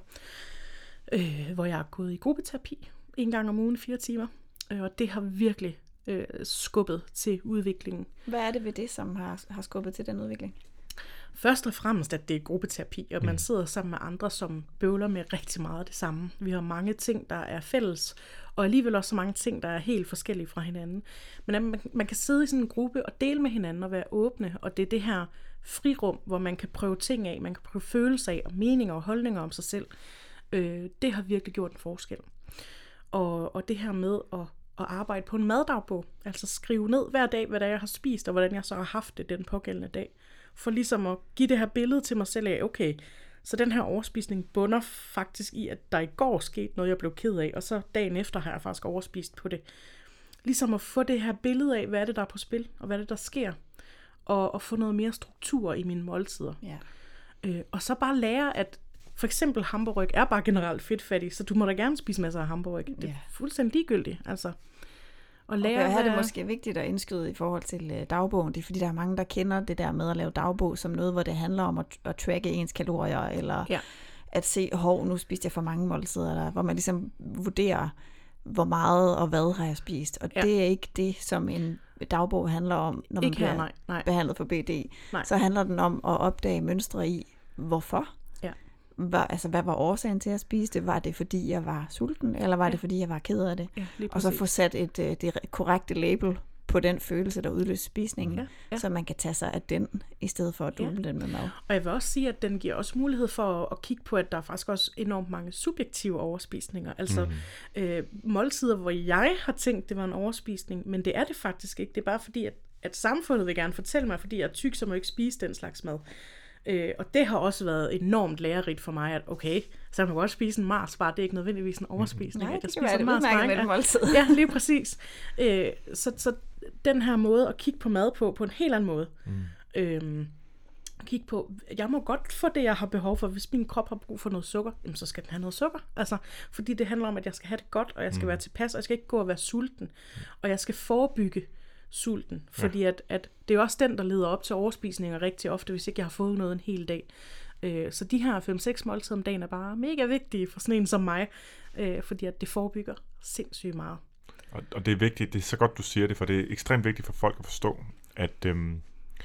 Speaker 4: øh, hvor jeg er gået i gruppeterapi en gang om ugen, fire timer. Øh, og det har virkelig øh, skubbet til udviklingen.
Speaker 3: Hvad er det ved det, som har, har skubbet til den udvikling?
Speaker 4: Først og fremmest, at det er gruppeterapi, og man sidder sammen med andre, som bøvler med rigtig meget af det samme. Vi har mange ting, der er fælles, og alligevel også så mange ting, der er helt forskellige fra hinanden. Men at man, man kan sidde i sådan en gruppe og dele med hinanden og være åbne, og det er det her frirum, hvor man kan prøve ting af, man kan prøve følelser af, og meninger og holdninger om sig selv. Øh, det har virkelig gjort en forskel. Og, og det her med at, at arbejde på en maddagbog, altså skrive ned hver dag, hvad det er, jeg har spist, og hvordan jeg så har haft det den pågældende dag. For ligesom at give det her billede til mig selv af, okay, så den her overspisning bunder faktisk i, at der i går skete noget, jeg blev ked af, og så dagen efter har jeg faktisk overspist på det. Ligesom at få det her billede af, hvad er det, der er på spil, og hvad er det, der sker, og, og få noget mere struktur i mine måltider.
Speaker 3: Ja.
Speaker 4: Øh, og så bare lære, at for eksempel hamburgerryg er bare generelt fedtfattig, så du må da gerne spise masser af hamburgerryg. Det er
Speaker 3: Ja.
Speaker 4: fuldstændig ligegyldigt, altså. Og lære,
Speaker 3: okay, og her er det
Speaker 4: hvad...
Speaker 3: måske vigtigt at indskyde i forhold til øh, dagbogen. Det er fordi, der er mange, der kender det der med at lave dagbog som noget, hvor det handler om at, at tracke ens kalorier, eller
Speaker 4: Ja.
Speaker 3: at se, hov, nu spiste jeg for mange måltider, eller hvor man ligesom vurderer, hvor meget og hvad har jeg spist. Og
Speaker 4: Ja.
Speaker 3: det er ikke det, som en dagbog handler om, når man
Speaker 4: Ikke her,
Speaker 3: bliver
Speaker 4: nej, nej.
Speaker 3: behandlet for B D.
Speaker 4: Nej.
Speaker 3: Så handler den om at opdage mønstre i, hvorfor.
Speaker 4: Ja.
Speaker 3: Var, altså, hvad var årsagen til at spise det? Var det, fordi jeg var sulten, eller var
Speaker 4: Ja.
Speaker 3: det, fordi jeg var ked af det?
Speaker 4: Ja, lige
Speaker 3: Og så
Speaker 4: præcis.
Speaker 3: få sat et, øh, det korrekte label på den følelse, der udløser spisningen,
Speaker 4: Ja, ja.
Speaker 3: så man kan tage sig af den, i stedet for at
Speaker 4: Ja.
Speaker 3: duble den med mad.
Speaker 4: Og jeg vil også sige, at den giver også mulighed for at kigge på, at der er faktisk også enormt mange subjektive overspisninger. Altså mm. øh, måltider, hvor jeg har tænkt, det var en overspisning, men det er det faktisk ikke. Det er bare fordi, at, at samfundet vil gerne fortælle mig, fordi jeg er tyk, så må jeg ikke spise den slags mad. Øh, og det har også været enormt lærerigt for mig, at okay, så man kan godt spise en Mars-bar, det er ikke nødvendigvis en overspisning.
Speaker 3: Nej,
Speaker 4: at jeg
Speaker 3: det kan være
Speaker 4: spiser
Speaker 3: et
Speaker 4: en Mars-bar,
Speaker 3: udmærket
Speaker 4: ikke?
Speaker 3: mellemmåltid.
Speaker 4: Ja, lige præcis. Øh, så, så den her måde at kigge på mad på, på en helt anden måde. Mm. Øhm, kigge på, jeg må godt få det, jeg har behov for. Hvis min krop har brug for noget sukker, jamen, så skal den have noget sukker. Altså, fordi det handler om, at jeg skal have det godt, og jeg skal mm. være tilpas, og jeg skal ikke gå og være sulten. Og jeg skal forebygge sulten, fordi ja. at, at det er også den, der leder op til overspisninger rigtig ofte, hvis ikke jeg har fået noget en hel dag. Øh, så de her fem seks måltider om dagen er bare mega vigtige for sådan en som mig, øh, fordi at det forebygger sindssygt meget.
Speaker 2: Og, og det er vigtigt, det er så godt, du siger det, for det er ekstremt vigtigt for folk at forstå, at, øhm,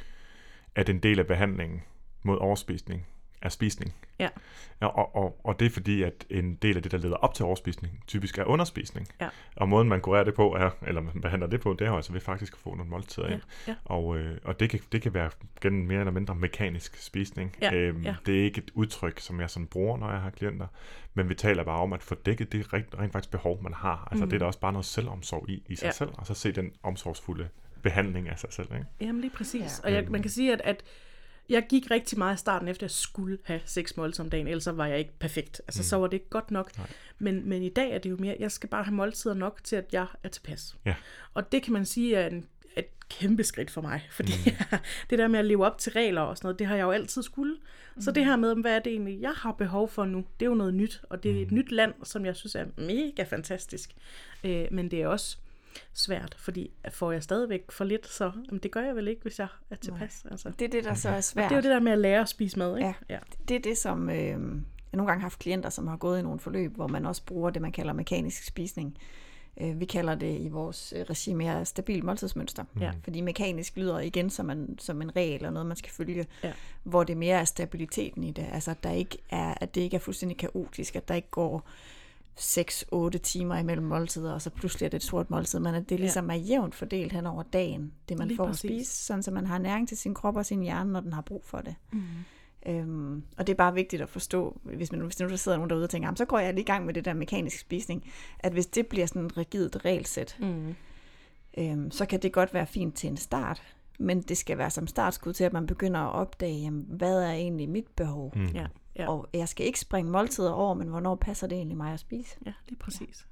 Speaker 2: at en del af behandlingen mod overspisning er spisning.
Speaker 4: Ja.
Speaker 2: Og, og, og det er fordi, at en del af det, der leder op til overspisning, typisk er underspisning.
Speaker 4: Ja.
Speaker 2: Og måden, man kurerer det på, er, eller man behandler det på, det er jo altså ved faktisk at få nogle måltider ind.
Speaker 4: Ja. Ja.
Speaker 2: Og, øh, og det, kan, det kan være gennem mere eller mindre mekanisk spisning.
Speaker 4: Ja.
Speaker 2: Øhm,
Speaker 4: Ja.
Speaker 2: Det er ikke et udtryk, som jeg sådan bruger, når jeg har klienter, men vi taler bare om at få dækket det rent, rent faktisk behov, man har. Altså mm. det er der også bare noget selvomsorg i, i sig
Speaker 4: Ja.
Speaker 2: selv, og så se den omsorgsfulde behandling af sig selv. Ikke?
Speaker 4: Jamen lige præcis.
Speaker 3: Ja.
Speaker 4: Og jeg, man kan sige, at, at jeg gik rigtig meget i starten efter, at jeg skulle have seks måltider om dagen, ellers var jeg ikke perfekt. Altså, mm. så var det ikke godt nok. Men, men i dag er det jo mere, jeg skal bare have måltider nok til, at jeg er tilpas.
Speaker 2: Ja.
Speaker 4: Og det kan man sige er en, et kæmpe skridt for mig. Fordi mm. det der med at leve op til regler og sådan noget, det har jeg jo altid skulle. Mm. Så det her med, hvad er det egentlig, jeg har behov for nu, det er jo noget nyt. Og det er et mm. nyt land, som jeg synes er mega fantastisk. Øh, men det er også svært, fordi får jeg stadigvæk for lidt, så jamen, det gør jeg vel ikke, hvis jeg er tilpas. Altså.
Speaker 3: Det er det, der så er svært.
Speaker 4: Og det er jo det der med at lære at spise mad, ikke?
Speaker 3: Ja, ja. Det er det, som øh, jeg nogle gange har haft klienter, som har gået i nogle forløb, hvor man også bruger det, man kalder mekanisk spisning. Øh, vi kalder det i vores regi mere stabilt måltidsmønster.
Speaker 4: Ja.
Speaker 3: Fordi mekanisk lyder igen som en, som en regel og noget, man skal følge,
Speaker 4: Ja.
Speaker 3: hvor det mere er stabiliteten i det. Altså, at, der ikke er, at det ikke er fuldstændig kaotisk, at der ikke går seks otte timer imellem måltider, og så pludselig er det et sort måltid, men at det ligesom er jævnt fordelt hen over dagen, det man
Speaker 4: Lige
Speaker 3: får
Speaker 4: præcis.
Speaker 3: at spise, sådan så man har næring til sin krop og sin hjerne, når den har brug for det.
Speaker 4: Mm.
Speaker 3: Øhm, og det er bare vigtigt at forstå, hvis, man, hvis nu der sidder nogen derude og tænker, så går jeg lige i gang med det der mekanisk spisning, at hvis det bliver sådan et rigidt regelsæt,
Speaker 4: Mm.
Speaker 3: øhm, så kan det godt være fint til en start, men det skal være som startskud til, at man begynder at opdage, jamen, hvad er egentlig mit behov?
Speaker 2: Mm.
Speaker 4: Ja, ja.
Speaker 3: Og jeg skal ikke springe måltider over, men hvornår passer det egentlig mig at spise?
Speaker 4: ja, lige præcis.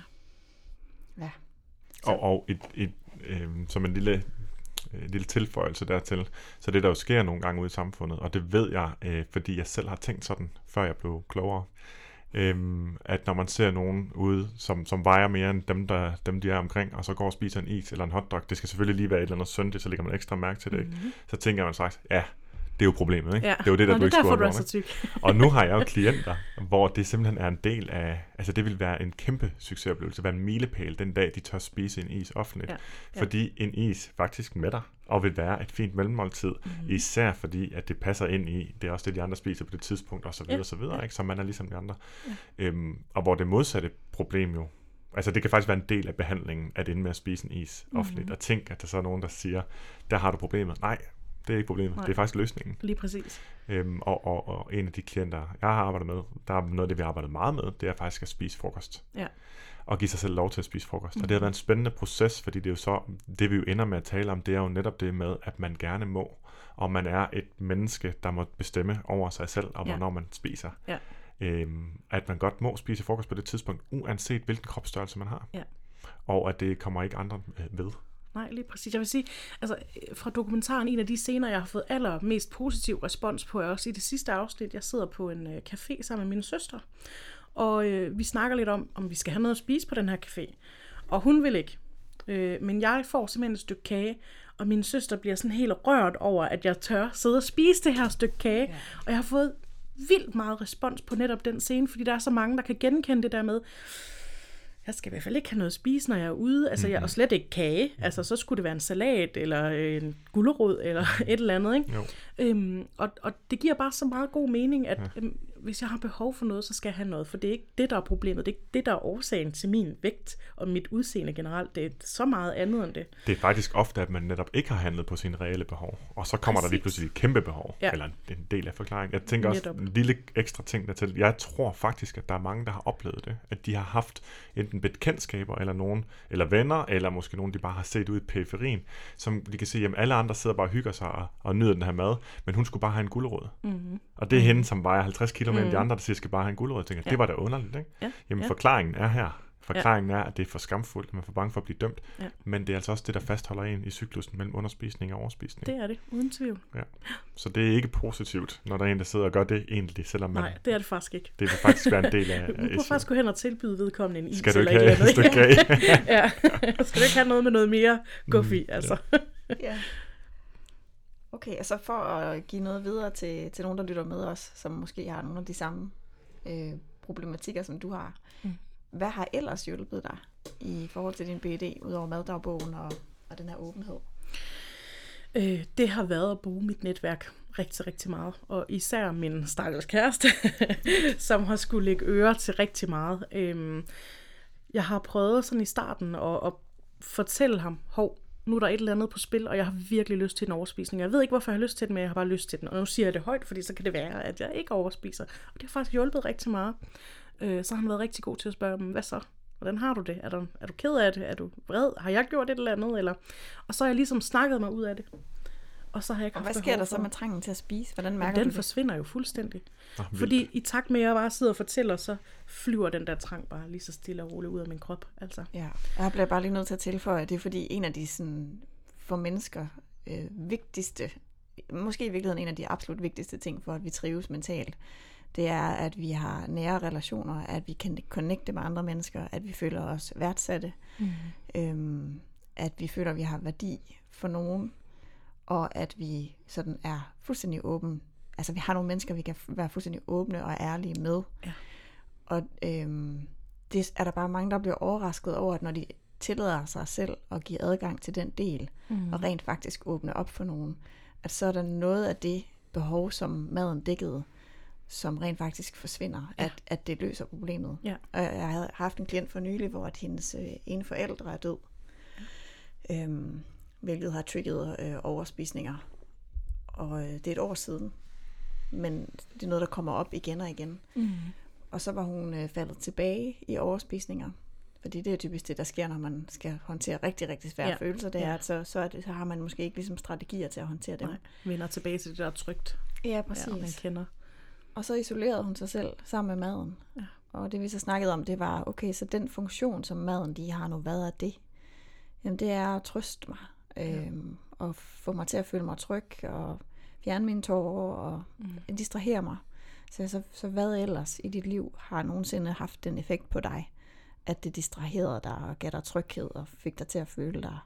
Speaker 3: Ja.
Speaker 2: Og, og et, et, øh, som en lille, øh, lille tilføjelse dertil, så det der jo sker nogle gange ude i samfundet, og det ved jeg, øh, fordi jeg selv har tænkt sådan, før jeg blev klogere, øh, at når man ser nogen ude, som, som vejer mere end dem, der, dem, de er omkring, og så går og spiser en is eller en hotdog, det skal selvfølgelig lige være et eller andet sundt, så lægger man ekstra mærke til det, ikke?
Speaker 4: Mm-hmm.
Speaker 2: Så tænker man straks, ja, det er jo problemet, ikke?
Speaker 4: Ja.
Speaker 2: Det er jo det, der
Speaker 4: Nå,
Speaker 2: du
Speaker 4: det
Speaker 2: ikke
Speaker 4: er derfor,
Speaker 2: skulle
Speaker 4: du er
Speaker 2: have
Speaker 4: så
Speaker 2: gjort,
Speaker 4: tyk.
Speaker 2: og nu har jeg jo klienter, hvor det simpelthen er en del af, altså det vil være en kæmpe succesoplevelse, være en milepæl den dag, de tør spise en is offentligt.
Speaker 4: Ja, ja.
Speaker 2: Fordi en is faktisk mætter, og vil være et fint mellemmåltid, mm-hmm. især fordi, at det passer ind i, det er også det, de andre spiser på det tidspunkt, og så videre,
Speaker 4: Ja,
Speaker 2: så videre,
Speaker 4: ja.
Speaker 2: ikke? Så man er ligesom de andre.
Speaker 4: Ja.
Speaker 2: Øhm, og hvor det modsatte problem jo, altså det kan faktisk være en del af behandlingen, at ende med at spise en is offentligt,
Speaker 4: Mhm.
Speaker 2: og tænk, at der så er nogen, der siger, der har du problemet. Nej, det er ikke problemet,
Speaker 4: Nej.
Speaker 2: det er faktisk løsningen.
Speaker 4: Lige præcis.
Speaker 2: Øhm, og, og, og en af de klienter, jeg har arbejdet med, der er noget af det, vi har arbejdet meget med, det er faktisk at spise frokost.
Speaker 4: Ja.
Speaker 2: Og give sig selv lov til at spise frokost. Mm. Og det har
Speaker 4: Mhm.
Speaker 2: været en spændende proces, fordi det er jo så, det vi jo ender med at tale om, det er jo netop det med, at man gerne må, og man er et menneske, der må bestemme over sig selv, og
Speaker 4: Ja.
Speaker 2: hvornår man spiser.
Speaker 4: Ja.
Speaker 2: Øhm, at man godt må spise frokost på det tidspunkt, uanset hvilken kropsstørrelse man har.
Speaker 4: Ja.
Speaker 2: Og at det kommer ikke andre øh, ved.
Speaker 4: Nej, lige præcis. Jeg vil sige, altså fra dokumentaren, en af de scener, jeg har fået allermest positiv respons på, er også i det sidste afsnit. Jeg sidder på en øh, café sammen med min søster, og øh, vi snakker lidt om, om vi skal have noget at spise på den her café. Og hun vil ikke. Øh, men jeg får simpelthen et stykke kage, og min søster bliver sådan helt rørt over, at jeg tør sidde og spise det her stykke kage. Ja. Og jeg har fået vildt meget respons på netop den scene, fordi der er så mange, der kan genkende det der med, jeg skal i hvert fald ikke have noget at spise, når jeg er ude. Altså, jeg, og slet ikke kage. Altså, så skulle det være en salat, eller en gulerod, eller et eller andet, ikke? Øhm, og, og det giver bare så meget god mening, at ja. øhm, hvis jeg har behov for noget, så skal jeg have noget. For det er ikke det, der er problemet. Det er ikke det, der er årsagen til min vægt og mit udseende generelt. Det er så meget andet end det.
Speaker 2: Det er faktisk ofte, at man netop ikke har handlet på sine reelle behov. Og så kommer Præcis. Der lige pludselig et kæmpe behov. Ja. Eller en del af forklaringen. Jeg tænker netop. Også en lille ekstra ting dertil. Jeg tror faktisk, at der er mange, der har oplevet det. At de har haft enten bekendtskaber, eller nogen, eller venner, eller måske nogen, de bare har set ud i periferien, som de kan se, at alle andre sidder bare og hygger sig og, og nyder den her mad, men hun skulle bare have en gulerod. Mm-hmm. Og det er mm-hmm. hende, som vejer halvtreds kilo mere mm-hmm. end de andre, der siger, skal bare have en gulerod. Jeg tænker, ja. Det var da underligt, ikke? Ja. Jamen, ja. Forklaringen er her. Forklaringen ja. Er, at det er for skamfuldt, man er for bange for at blive dømt. Ja. Men det er altså også det, der fastholder en i cyklusen mellem underspisning og overspisning.
Speaker 4: Det er det, uden tvivl.
Speaker 2: Ja. Så det er ikke positivt, når der er en, der sidder og gør det egentlig, selvom man...
Speaker 4: Nej, det er det faktisk ikke.
Speaker 2: Det vil faktisk være en del af...
Speaker 4: Du kan faktisk gå hen og tilbyde vedkommende en is.
Speaker 2: Skal du ikke have et stykke kage?
Speaker 4: Ja, skal du ikke have noget med noget mere guf i, altså.
Speaker 3: Ja. Okay, altså for at give noget videre til, til nogen, der lytter med os, som måske har nogle af de samme øh, problematikker, som du har. Mm. Hvad har ellers hjulpet dig i forhold til din B E D, udover maddagbogen og, og den her åbenhed?
Speaker 4: Øh, det har været at bruge mit netværk rigtig, rigtig meget. Og især min stakkels kæreste, som har skulle lægge øre til rigtig meget. Øh, jeg har prøvet sådan i starten at, at fortælle ham, hov, nu er der et eller andet på spil, og jeg har virkelig lyst til en overspisning. Jeg ved ikke, hvorfor jeg har lyst til den, men jeg har bare lyst til den. Og nu siger jeg det højt, fordi så kan det være, at jeg ikke overspiser. Og det har faktisk hjulpet rigtig meget. Så har han været rigtig god til at spørge dem, hvad så? Hvordan har du det? Er du, er du ked af det? Er du vred? Har jeg gjort et eller andet? Eller... Og så har jeg ligesom snakket mig ud af det. Og så har jeg ikke haft
Speaker 3: hvad sker der så med trangen til at spise? Hvordan mærker
Speaker 4: den
Speaker 3: du det?
Speaker 4: forsvinder jo fuldstændig. Oh, fordi i takt med, at jeg bare sidder og fortæller, så flyver den der trang bare lige så stille og roligt ud af min krop. Altså.
Speaker 3: Ja, jeg bliver bare lige nødt til at tilføje, at det er fordi en af de sådan, for mennesker øh, vigtigste, måske i virkeligheden en af de absolut vigtigste ting for, at vi trives mentalt, det er, at vi har nære relationer, at vi kan connecte med andre mennesker, at vi føler os værdsatte, mm. øhm, at vi føler, at vi har værdi for nogen, og at vi sådan er fuldstændig åbne. Altså vi har nogle mennesker, vi kan være fuldstændig åbne og ærlige med. Ja. Og øhm, det er der bare mange, der bliver overrasket over, at når de tillader sig selv at give adgang til den del, mm. og rent faktisk åbne op for nogen, at så er der noget af det behov, som maden dækkede, som rent faktisk forsvinder, ja. at, at det løser problemet. Ja. Og jeg havde haft en klient for nylig, hvor at hendes øh, ene forældre er død, ja. øhm, hvilket har trigget øh, overspisninger. Og øh, det er et år siden, men det er noget, der kommer op igen og igen. Mm. Og så var hun øh, faldet tilbage i overspisninger, fordi det er typisk det, der sker, når man skal håndtere rigtig, rigtig svære ja. følelser. Det er, ja. at så, så, er det, så har man måske ikke ligesom strategier til at håndtere dem.
Speaker 4: Nej, vender tilbage til det, der er trygt.
Speaker 3: Ja, præcis.
Speaker 4: Ja, man kender.
Speaker 3: Og så isolerede hun sig selv sammen med maden. Ja. Og det vi så snakkede om, det var, okay, så den funktion, som maden lige har nu, hvad er det? Jamen det er at trøste mig. Ja. Øhm, og få mig til at føle mig tryg, og fjerne mine tårer, og mm. distrahere mig. Så, så, så hvad ellers i dit liv har nogensinde haft den effekt på dig, at det distraherede dig, og gav dig tryghed, og fik dig til at føle dig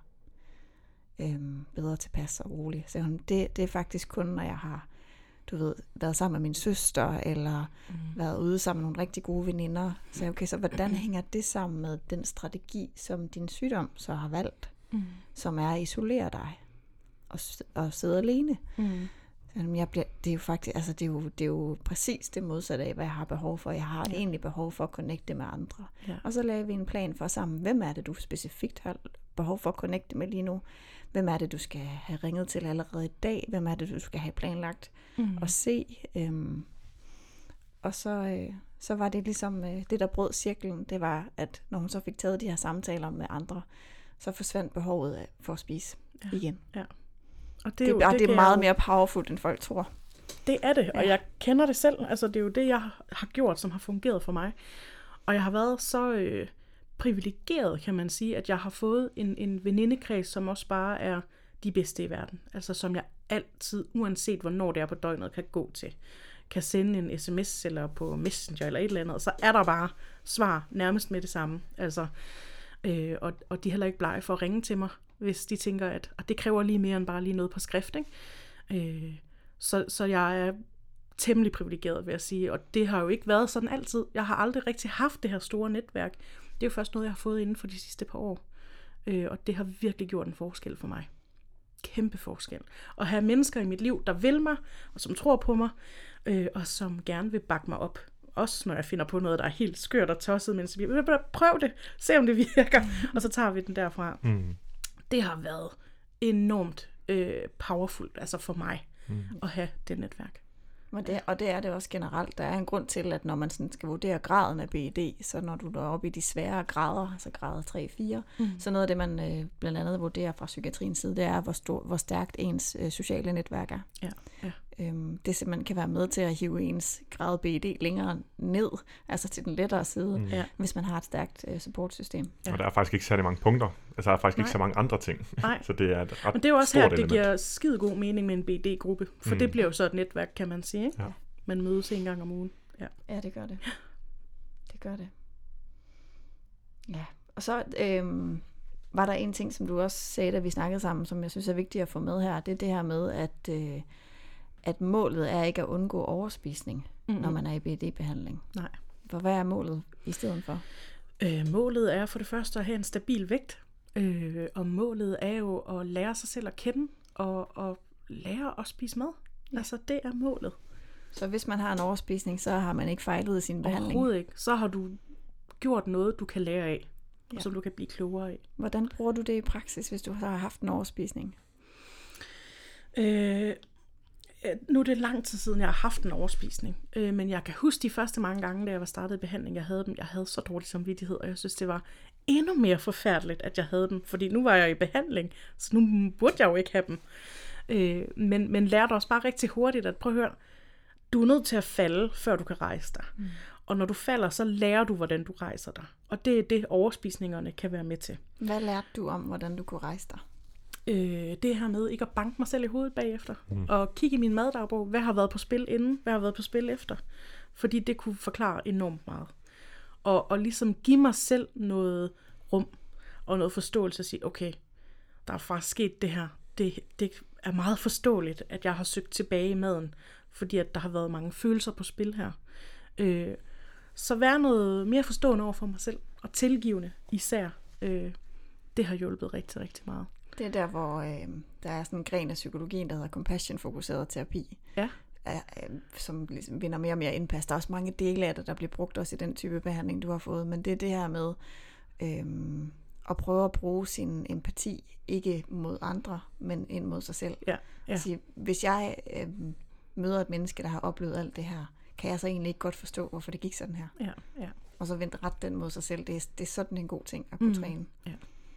Speaker 3: øhm, bedre tilpas og rolig. Så hun, det, det er faktisk kun, når jeg har du ved, været sammen med min søster, eller mm. været ude sammen med nogle rigtig gode veninder. Så okay, så hvordan hænger det sammen med den strategi, som din sygdom så har valgt, mm. som er at isolere dig, og, og sidde alene? Mm. Så, jeg bliver, det er jo faktisk, altså det er jo, det er jo præcis det modsatte af, hvad jeg har behov for. Jeg har ja. egentlig behov for at connecte med andre. Ja. Og så laver vi en plan for sammen, hvem er det, du specifikt har behov for at connecte med lige nu? Hvem er det, du skal have ringet til allerede i dag? Hvem er det, du skal have planlagt mm. at se? Øhm, og så, øh, så var det ligesom øh, det, der brød cirklen. Det var, at når hun så fik taget de her samtaler med andre, så forsvandt behovet for at spise ja. igen. Ja. Og det er, det, jo, det, det er meget jo... mere powerful, end folk tror.
Speaker 4: Det er det, og ja. jeg kender det selv. Altså, det er jo det, jeg har gjort, som har fungeret for mig. Og jeg har været så... Øh, privilegeret, kan man sige, at jeg har fået en, en venindekreds, som også bare er de bedste i verden. Altså som jeg altid, uanset hvornår det er på døgnet, kan gå til. Kan sende en sms eller på Messenger eller et eller andet, og så er der bare svar nærmest med det samme. Altså, Øh, og, og de er heller ikke blege for at ringe til mig, hvis de tænker, at, at det kræver lige mere end bare lige noget på skrift. Ikke? Øh, så, så jeg er temmelig privilegeret, vil jeg sige. Og det har jo ikke været sådan altid. Jeg har aldrig rigtig haft det her store netværk. Det er jo først noget, jeg har fået inden for de sidste par år. Øh, og det har virkelig gjort en forskel for mig. Kæmpe forskel. At have mennesker i mit liv, der vil mig, og som tror på mig, øh, og som gerne vil bakke mig op. Også når jeg finder på noget, der er helt skørt og tosset, men så bliver prøv det, se om det virker, og så tager vi den derfra. Mm. Det har været enormt øh, powerful, altså for mig, mm. at have det netværk.
Speaker 3: Og det, og det er det også generelt. Der er en grund til, at når man sådan skal vurdere graden af B E D, så når du er oppe i de svære grader, altså grader tre fire, mm. så noget af det, man øh, blandt andet vurderer fra psykiatriens side, det er, hvor, stor, hvor stærkt ens øh, sociale netværk er.
Speaker 4: Ja, ja.
Speaker 3: Øhm, det simpelthen kan være med til at hive ens grad B E D længere ned, altså til den lettere side, mm. hvis man har et stærkt øh, supportsystem.
Speaker 2: Ja. Og der er faktisk ikke særlig mange punkter. Altså der er faktisk Nej. ikke så mange andre ting.
Speaker 4: Nej.
Speaker 2: Så det er et ret
Speaker 4: Men det er jo også her, at det
Speaker 2: element.
Speaker 4: giver skide god mening med en B E D-gruppe, for mm. det bliver jo så et netværk, kan man sige. Ikke?
Speaker 2: Ja.
Speaker 4: Man mødes en gang om ugen. Ja,
Speaker 3: ja det gør det. Det gør det. Ja, og så øhm, var der en ting, som du også sagde, da vi snakkede sammen, som jeg synes er vigtigt at få med her. Det er det her med, at, øh, at målet er ikke at undgå overspisning, mm-hmm. når man er i B E D-behandling.
Speaker 4: Nej.
Speaker 3: For hvad er målet i stedet for?
Speaker 4: Øh, målet er for det første at have en stabil vægt. Øh, og målet er jo at lære sig selv at kende, og, og lære at spise mad. Ja. Altså, det er målet.
Speaker 3: Så hvis man har en overspisning, så har man ikke fejlet i sin behandling?
Speaker 4: Overhovedet ikke. Så har du gjort noget, du kan lære af, ja. og som du kan blive klogere af.
Speaker 3: Hvordan bruger du det i praksis, hvis du har haft en overspisning?
Speaker 4: Øh, nu er det lang tid siden, jeg har haft en overspisning. Øh, men jeg kan huske de første mange gange, da jeg var startet i behandling, jeg havde dem. Jeg havde så dårlig samvittighed, og jeg synes, det var endnu mere forfærdeligt, at jeg havde dem. Fordi nu var jeg i behandling, så nu burde jeg jo ikke have dem. Øh, men, men lærte også bare rigtig hurtigt, at prøv at høre, du er nødt til at falde, før du kan rejse dig. Mm. Og når du falder, så lærer du, hvordan du rejser dig. Og det er det, overspisningerne kan være med til.
Speaker 3: Hvad lærte du om, hvordan du kunne rejse dig?
Speaker 4: Øh, det her med ikke at banke mig selv i hovedet bagefter. Mm. Og kigge i min maddagbog. Hvad har været på spil inden? Hvad har været på spil efter? Fordi det kunne forklare enormt meget. Og, og ligesom give mig selv noget rum og noget forståelse. At sige, okay, der er faktisk sket det her. Det, det er meget forståeligt, at jeg har søgt tilbage i maden. Fordi at der har været mange følelser på spil her. Øh, så vær noget mere forstående over for mig selv, og tilgivende især. Øh, det har hjulpet rigtig, rigtig meget.
Speaker 3: Det er der, hvor øh, der er sådan en gren af psykologien, der hedder compassion-fokuseret terapi.
Speaker 4: Ja.
Speaker 3: Øh, som ligesom vinder mere og mere indpas. Der er også mange dele af det, der bliver brugt også i den type behandling, du har fået. Men det er det her med øh, at prøve at bruge sin empati, ikke mod andre, men ind mod sig selv.
Speaker 4: Ja. Ja.
Speaker 3: Altså, hvis jeg øh, møder et menneske, der har oplevet alt det her, kan jeg så egentlig ikke godt forstå, hvorfor det gik sådan her.
Speaker 4: Ja, ja.
Speaker 3: Og så vente ret den mod sig selv. Det er, det er sådan en god ting at kunne mm. træne.
Speaker 4: Ja.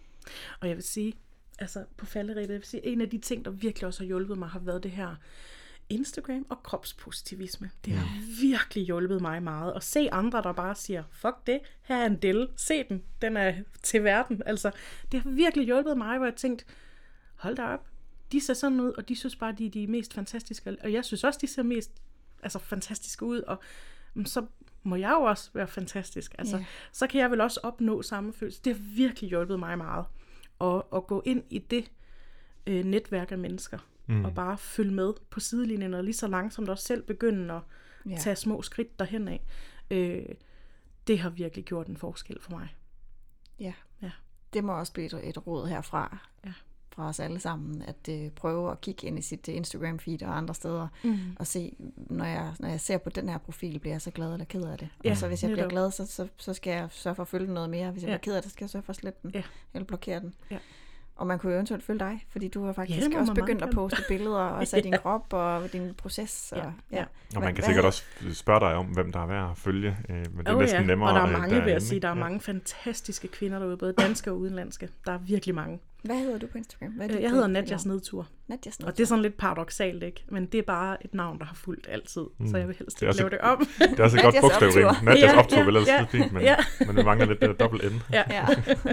Speaker 4: Og jeg vil sige, altså på falderebet, jeg vil sige, en af de ting, der virkelig også har hjulpet mig, har været det her Instagram og kropspositivisme. Det har mm. virkelig hjulpet mig meget. At se andre, der bare siger, fuck det, her er en delle, se den, den er til verden. Altså, det har virkelig hjulpet mig, hvor jeg tænkte, hold da op, de ser sådan ud, og de synes bare, de er de mest fantastiske. Og jeg synes også, de ser mest altså, fantastiske ud, og så må jeg jo også være fantastisk. Altså, yeah. Så kan jeg vel også opnå samme følelse. Det har virkelig hjulpet mig meget. Og at gå ind i det øh, netværk af mennesker, mm. og bare følge med på sidelinjen, og lige så langsomt også selv begynde at yeah. tage små skridt derhen af. Øh, det har virkelig gjort en forskel for mig.
Speaker 3: Ja,
Speaker 4: ja.
Speaker 3: Det må også blive et, et råd herfra.
Speaker 4: Ja.
Speaker 3: Fra os alle sammen, at øh, prøve at kigge ind i sit Instagram-feed og andre steder, mm. og se, når jeg, når jeg ser på den her profil, bliver jeg så glad eller ked af det. Ja, og så hvis jeg bliver glad, så, så, så skal jeg sørge for at følge den noget mere. Hvis jeg ja. bliver ked af det, så skal jeg sørge for at slette den, ja. eller blokere den. Ja. Og man kunne jo eventuelt følge dig, fordi du har faktisk ja, også begyndt at poste billeder, og så ja. din krop og din proces. Og,
Speaker 4: ja.
Speaker 3: Ja.
Speaker 2: og man kan sikkert også spørge dig om, hvem der er værd at følge, øh, men det er oh, næsten ja. nemmere.
Speaker 4: Og der er mange,
Speaker 2: derinde,
Speaker 4: vil jeg sige, der er
Speaker 2: ja.
Speaker 4: mange fantastiske kvinder derude, både danske og udenlandske. Der er virkelig mange.
Speaker 3: Hvad hedder du på Instagram? Hvad er
Speaker 4: jeg hedder Nadjas Nedtur.
Speaker 3: Nadjas Nedtur.
Speaker 4: Og det er sådan lidt paradoksalt, ikke? Men det er bare et navn, der har fulgt altid, mm. så jeg vil helst ikke lave det om.
Speaker 2: Det er også et godt bogstavrim. Nadjas optur vil ellers ja, fint, men, ja. men det mangler lidt uh, dobbelt N.
Speaker 4: Ja. ja.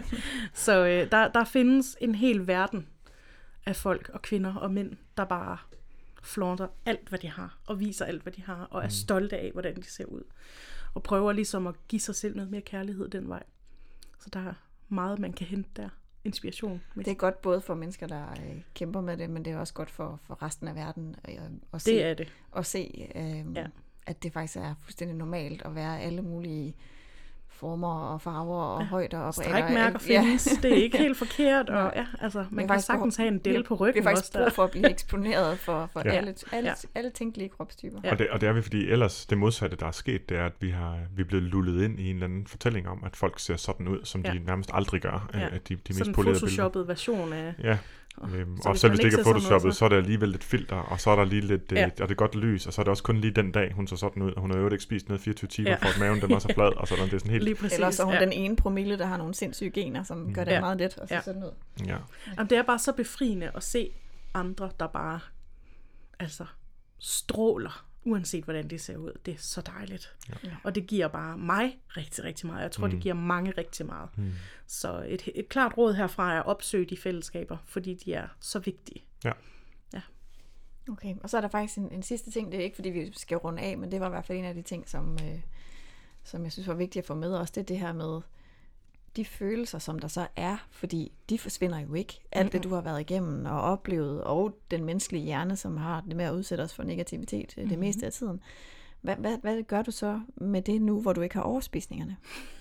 Speaker 4: Så øh, der, der findes en hel verden af folk og kvinder og mænd, der bare flaunter alt, hvad de har, og viser alt, hvad de har, og er mm. stolte af, hvordan de ser ud. Og prøver ligesom at give sig selv noget mere kærlighed den vej. Så der er meget man kan hente der. Inspiration.
Speaker 3: Det er godt både for mennesker, der øh, kæmper med det, men det er også godt for, for resten af verden øh, at se,
Speaker 4: det er det.
Speaker 3: At se øh, ja. At det faktisk er fuldstændig normalt at være alle mulige former og farver og ja. højder og bredder.
Speaker 4: Strækmærker findes, ja. Det er ikke helt forkert, og ja, altså, man kan sagtens have en del på ryggen.
Speaker 3: Vi er faktisk brug for at blive eksponeret for, for
Speaker 2: ja.
Speaker 3: alle, alle, ja. alle tænkelige kropstyper.
Speaker 2: Ja. Og, det, og det er vi, fordi ellers det modsatte, der er sket, det er, at vi, har, vi er blevet lullet ind i en eller anden fortælling om, at folk ser sådan ud, som ja. de nærmest aldrig gør.
Speaker 4: Ja.
Speaker 2: At de, de
Speaker 4: sådan
Speaker 2: mest polerede
Speaker 4: en photoshoppet version af...
Speaker 2: Ja. Øhm, og selv hvis det ikke er photoshoppet, så er der alligevel lidt filter, og så er der lige lidt, ja. øh, og det er godt lys, og så er det også kun lige den dag, hun så sådan ud, og hun har jo ikke spist noget fireogtyve timer, ja. for at maven den også er flad, og sådan det er sådan helt...
Speaker 3: Lige præcis. Eller så er hun ja. den ene promille, der har nogle sindssyge gener, som mm. gør det ja. meget let, og så ja. sådan ud.
Speaker 2: Ja.
Speaker 4: Jamen, det er bare så befriende at se andre, der bare altså stråler, uanset hvordan det ser ud. Det er så dejligt. Ja. Og det giver bare mig rigtig, rigtig meget. Jeg tror, mm. det giver mange rigtig meget. Mm. Så et, et klart råd herfra er at opsøge de fællesskaber, fordi de er så vigtige.
Speaker 2: Ja.
Speaker 4: Ja.
Speaker 3: Okay, og så er der faktisk en, en sidste ting. Det er ikke, fordi vi skal runde af, men det var i hvert fald en af de ting, som, øh, som jeg synes var vigtigt at få med os. Det er det her med de følelser, som der så er, fordi de forsvinder jo ikke. Alt mm-hmm. det, du har været igennem og oplevet, og den menneskelige hjerne, som har det med at udsætte os for negativitet mm-hmm. det meste af tiden. Hvad, hvad, hvad gør du så med det nu, hvor du ikke har overspisningerne?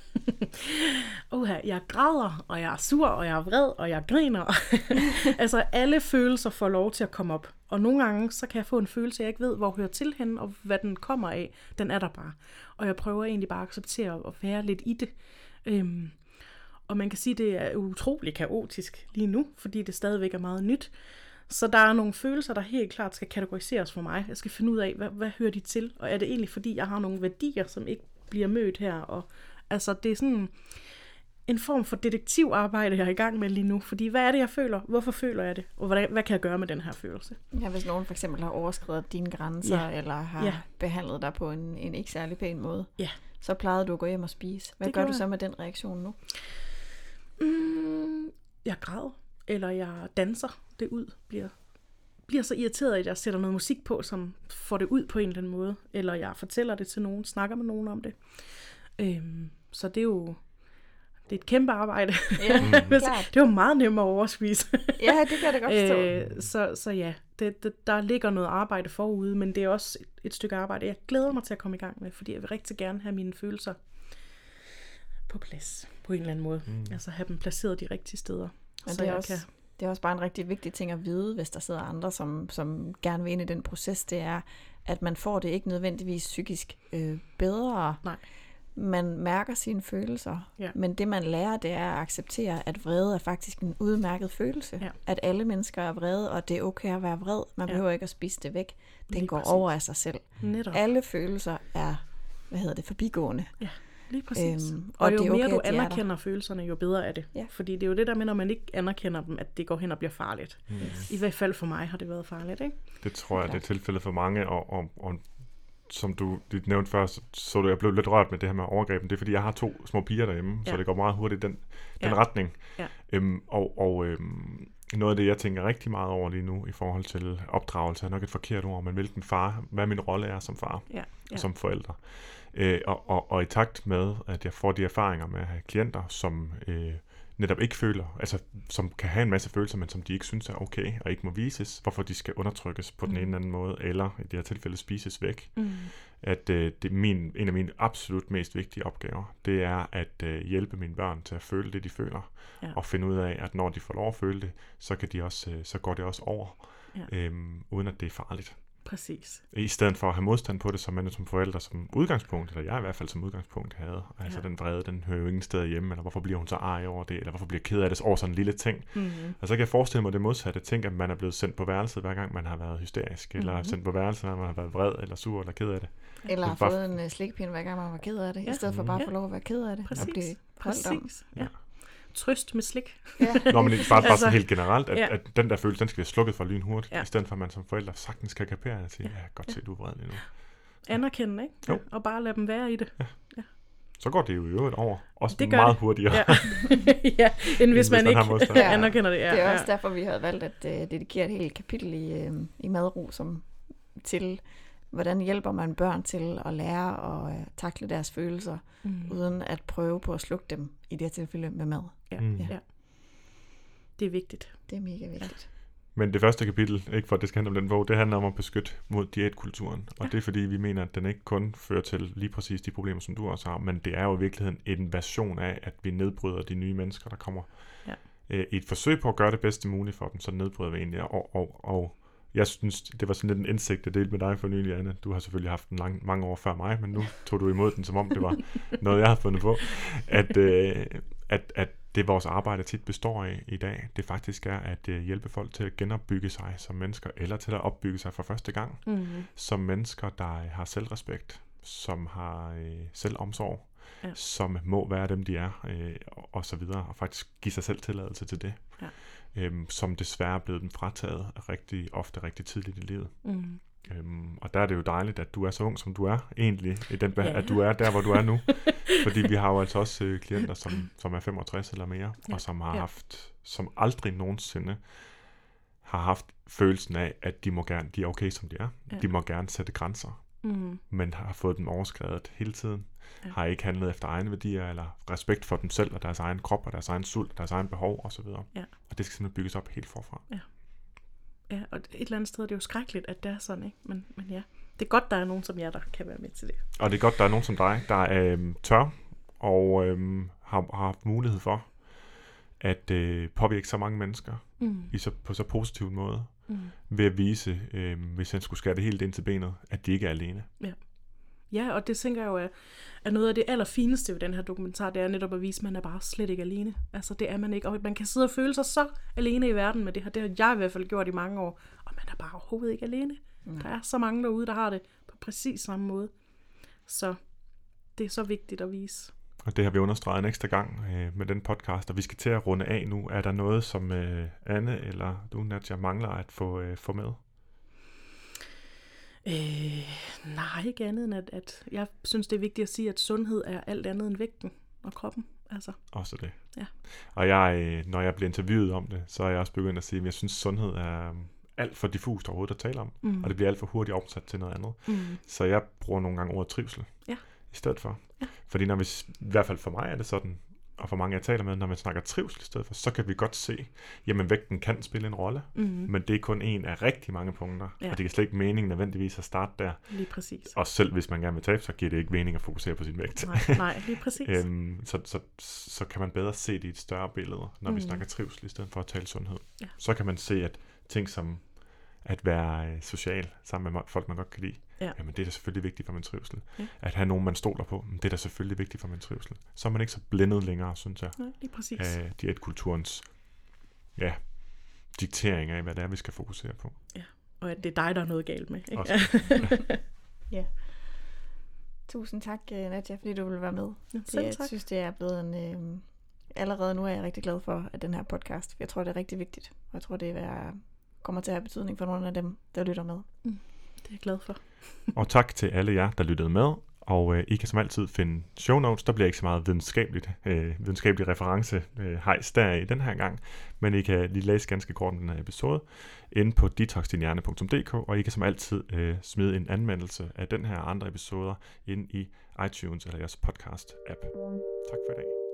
Speaker 4: Oha, jeg græder, og jeg er sur, og jeg er vred, og jeg griner. Altså, alle følelser får lov til at komme op. Og nogle gange, så kan jeg få en følelse, jeg ikke ved, hvor hører til henne, og hvad den kommer af. Den er der bare. Og jeg prøver egentlig bare at acceptere at være lidt i det. Øhm, og man kan sige, at det er utrolig kaotisk lige nu, fordi det stadigvæk er meget nyt. Så der er nogle følelser, der helt klart skal kategoriseres for mig. Jeg skal finde ud af, hvad, hvad hører de til? Og er det egentlig, fordi jeg har nogle værdier, som ikke bliver mødt her? Og altså, det er sådan en form for detektivarbejde, jeg er i gang med lige nu. Fordi hvad er det, jeg føler? Hvorfor føler jeg det? Og hvad, hvad kan jeg gøre med den her følelse?
Speaker 3: Ja, hvis nogen for eksempel har overskredet dine grænser, ja. eller har ja. behandlet dig på en, en ikke særlig pæn måde,
Speaker 4: ja.
Speaker 3: så plejede du at gå hjem og spise. Hvad det gør du så med den reaktion nu?
Speaker 4: Mm, jeg græder, eller jeg danser det ud, bliver, bliver så irriteret, at jeg sætter noget musik på, som får det ud på en eller anden måde, eller jeg fortæller det til nogen, snakker med nogen om det. Øhm, så det er jo det er et kæmpe arbejde. Ja, det er jo meget nemmere at overspise.
Speaker 3: Ja, det kan det godt forstå.
Speaker 4: øh, så, så ja, det, det, der ligger noget arbejde forude, men det er også et, et stykke arbejde, jeg glæder mig til at komme i gang med, fordi jeg vil rigtig gerne have mine følelser på plads på en eller anden måde. Mm. Altså have dem placeret de rigtige steder.
Speaker 3: Men så det, er også, kan... det er også bare en rigtig vigtig ting at vide, hvis der sidder andre, som, som gerne vil ind i den proces, det er, at man får det ikke nødvendigvis psykisk øh, bedre.
Speaker 4: Nej.
Speaker 3: Man mærker sine følelser, ja. men det man lærer, det er at acceptere, at vrede er faktisk en udmærket følelse. Ja. At alle mennesker er vrede, og det er okay at være vred. Man ja. behøver ikke at spise det væk. Den Lige går præcis. over af sig selv.
Speaker 4: Netop.
Speaker 3: Alle følelser er, hvad hedder det, forbigående.
Speaker 4: Ja. Lige præcis.
Speaker 3: Øhm,
Speaker 4: og, og jo
Speaker 3: det er
Speaker 4: mere
Speaker 3: okay,
Speaker 4: du anerkender følelserne, jo bedre er det.
Speaker 3: Ja.
Speaker 4: Fordi det er jo det der med, når man ikke anerkender dem, at det går hen og bliver farligt. Mm. I hvert fald for mig har det været farligt, ikke?
Speaker 2: Det tror jeg, det er tilfældet for mange, og, og, og som du nævnte før, så, så du, jeg blev lidt rørt med det her med overgrebet. Det er fordi, jeg har to små piger derhjemme, ja. så det går meget hurtigt i den, den ja. retning. Ja. Øhm, og og øhm, noget af det, jeg tænker rigtig meget over lige nu i forhold til opdragelse, er nok et forkert ord, men hvilken far, hvad min rolle er som far
Speaker 4: ja. Ja.
Speaker 2: og som forældre. Øh, og, og, og i takt med, at jeg får de erfaringer med at have klienter, som øh, netop ikke føler, altså som kan have en masse følelser, men som de ikke synes er okay, og ikke må vises, hvorfor de skal undertrykkes på mm. den ene eller anden måde, eller i det her tilfælde spises væk. Mm. At øh, det er min, en af mine absolut mest vigtige opgaver, det er at øh, hjælpe mine børn til at føle det, de føler, ja. og finde ud af, at når de får lov at føle det, så, kan de også, øh, så går det også over, ja. øhm, uden at det er farligt.
Speaker 4: Præcis.
Speaker 2: I stedet for at have modstand på det, som man som forældre som udgangspunkt, eller jeg i hvert fald som udgangspunkt havde. Altså ja. den vrede, den hører jo ingen steder hjemme, eller hvorfor bliver hun så ej over det, eller hvorfor bliver ked af det over sådan en lille ting. Mm-hmm. Og så kan jeg forestille mig det modsatte. Tænk, at man er blevet sendt på værelset, hver gang man har været hysterisk, mm-hmm. eller sendt på værelset, når man har været vred, eller sur, eller ked af det.
Speaker 3: Eller har fået en uh, slikpind, hver gang man var ked af det, ja. i stedet for bare at ja. få lov at være ked af det.
Speaker 4: Præcis.
Speaker 3: Og blive
Speaker 4: Præcis. Ja. Trøst med slik.
Speaker 2: Ja. Nå, men det er bare, bare sådan helt generelt, at, ja. at den der følelse, den skal være slukket for lynhurtigt, ja. i stedet for at man som forældre sagtens kan kapere og sige, ja, ja godt se, du er vred lige nu.
Speaker 4: Anerkende, ikke? Ja. Og bare lade dem være i det.
Speaker 2: Ja.
Speaker 4: Ja.
Speaker 2: Så går det jo i øvrigt over. Også
Speaker 4: det
Speaker 2: meget
Speaker 4: det.
Speaker 2: hurtigere.
Speaker 4: Ja, ja. end hvis man, man ikke
Speaker 3: ja.
Speaker 4: anerkender det. Ja.
Speaker 3: Det er også derfor, vi havde valgt at uh, dedikere et helt kapitel i, uh, i Madro som, til, hvordan hjælper man børn til at lære at uh, takle deres følelser, mm. uden at prøve på at slukke dem, i det her tilfælde med mad.
Speaker 4: Ja.
Speaker 2: Mm.
Speaker 4: ja. Det er vigtigt.
Speaker 3: Det er mega vigtigt.
Speaker 2: Men det første kapitel, ikke for at det skal handle om den bog, det handler om at beskytte mod diætkulturen. Og
Speaker 4: Ja.
Speaker 2: det er fordi, vi mener, at den ikke kun fører til lige præcis de problemer, som du også har, men det er jo i virkeligheden en version af, at vi nedbryder de nye mennesker, der kommer.
Speaker 4: Ja.
Speaker 2: Øh, I et forsøg på at gøre det bedste muligt for dem, så nedbryder vi egentlig. Og, og, og jeg synes, det var sådan lidt en indsigt, jeg delte med dig for nylig, Anne. Du har selvfølgelig haft den lang, mange år før mig, men nu tog du imod den, som om det var noget, jeg havde fundet på. At, øh, at, at det vores arbejde tit består af i dag, det faktisk er at øh, hjælpe folk til at genopbygge sig som mennesker, eller til at opbygge sig for første gang,
Speaker 4: Mm-hmm.
Speaker 2: som mennesker, der har selvrespekt, som har øh, selvomsorg,
Speaker 4: Ja.
Speaker 2: som må være dem, de er, øh, og, og så videre, og faktisk give sig selv tilladelse til det,
Speaker 4: Ja.
Speaker 2: øhm, som desværre er blevet dem frataget rigtig ofte rigtig tidligt i livet.
Speaker 4: Mm.
Speaker 2: Øhm, og der er det jo dejligt, at du er så ung, som du er, egentlig, i den,
Speaker 4: Ja.
Speaker 2: at du er der, hvor du er nu. Fordi vi har jo altså også øh, klienter, som, som er femogtres eller mere,
Speaker 4: Ja.
Speaker 2: og som har
Speaker 4: Ja.
Speaker 2: haft, som aldrig nogensinde har haft følelsen af, at de må gerne, de er okay, som de er.
Speaker 4: Ja.
Speaker 2: De må gerne sætte grænser,
Speaker 4: Mm.
Speaker 2: men har fået dem overskredet hele tiden.
Speaker 4: Ja.
Speaker 2: Har ikke handlet efter egne værdier, eller respekt for dem selv, og deres egen krop, og deres egen sult, og deres egen behov, osv.
Speaker 4: Ja.
Speaker 2: Og det skal simpelthen bygges op helt forfra.
Speaker 4: Ja, og et eller andet sted er det jo skrækkeligt, at det er sådan, ikke? Men, men ja, det er godt, der er nogen som jer, der kan være med til det.
Speaker 2: Og det er godt, der er nogen som dig, der øh, tør, og øh, har, har haft mulighed for at øh, påvirke så mange mennesker
Speaker 4: Mm.
Speaker 2: i så, på så positiv en måde,
Speaker 4: Mm.
Speaker 2: ved at vise, øh, hvis han skulle skære det helt ind til benet, at de ikke er alene.
Speaker 4: Ja, og det tænker jeg jo er, er noget af det allerfineste ved den her dokumentar, det er netop at vise, at man er bare slet ikke alene. Altså det er man ikke, og man kan sidde og føle sig så alene i verden med det her. Det har jeg i hvert fald gjort i mange år, og man er bare overhovedet ikke alene. Mm. Der er så mange derude, der har det på præcis samme måde. Så det er så vigtigt at vise.
Speaker 2: Og det har vi understreget en ekstra gang øh, med den podcast, og vi skal til at runde af nu. Er der noget, som øh, Anne eller du, Nadja, mangler at få, øh, få med?
Speaker 4: Øh, nej, ikke andet end, at, at jeg synes, det er vigtigt at sige, at sundhed er alt andet end vægten og kroppen. Altså.
Speaker 2: Også det.
Speaker 4: Ja.
Speaker 2: Og jeg, øh, når jeg bliver interviewet om det, så er jeg også begyndt at sige, at jeg synes, sundhed er alt for diffust overhovedet at tale om,
Speaker 4: Mm.
Speaker 2: og det bliver alt for hurtigt omsat til noget andet.
Speaker 4: Mm.
Speaker 2: Så jeg bruger nogle gange ordet trivsel
Speaker 4: Ja.
Speaker 2: i stedet for.
Speaker 4: Ja.
Speaker 2: Fordi når vi, i hvert fald for mig er det sådan, og for mange jeg taler med, når man snakker trivsel i stedet for, så kan vi godt se, jamen vægten kan spille en rolle,
Speaker 4: Mm.
Speaker 2: men det er kun en af rigtig mange punkter,
Speaker 4: Ja.
Speaker 2: og det kan slet ikke mening nødvendigvis at starte der.
Speaker 4: Lige præcis.
Speaker 2: Og selv hvis man gerne vil tabe, så giver det ikke mening at fokusere på sin vægt.
Speaker 4: Nej, nej, lige præcis.
Speaker 2: øhm, så, så, så kan man bedre se det i et større billede, når mm. vi
Speaker 4: Mm.
Speaker 2: snakker trivsel i stedet for at tale sundhed.
Speaker 4: Ja.
Speaker 2: Så kan man se, at ting som at være øh, social sammen med folk, man godt kan lide,
Speaker 4: Ja.
Speaker 2: jamen det er da selvfølgelig vigtigt for min trivsel.
Speaker 4: Ja.
Speaker 2: At have nogen, man stoler på, det er da selvfølgelig vigtigt for min trivsel. Så er man ikke så blændet længere, synes jeg,
Speaker 4: Nej, lige præcis.
Speaker 2: af diætkulturens ja, diktering af, hvad det er, vi skal fokusere på.
Speaker 4: Og at det er dig, der er noget galt med. Ikke?
Speaker 2: Også.
Speaker 3: Ja. Tusind tak, Nadja, fordi du ville være med.
Speaker 4: Ja,
Speaker 3: Det,
Speaker 4: selv
Speaker 3: jeg
Speaker 4: tak.
Speaker 3: synes, det er blevet en... Øh, allerede nu er jeg rigtig glad for at den her podcast. Jeg tror, det er rigtig vigtigt. Og jeg tror, det er, kommer til at have betydning for nogle af dem, der lytter med.
Speaker 4: Det er jeg glad for.
Speaker 2: Og tak til alle jer, der lyttede med. Og øh, I kan som altid finde show notes. Der bliver ikke så meget videnskabeligt, øh, videnskabelig reference øh, hejs der i den her gang. Men I kan lige læse ganske kort om den her episode inde på detox din hjerne punktum d k. Og I kan som altid øh, smide en anmeldelse af den her og andre episoder ind i iTunes eller jeres podcast-app. Tak for i dag.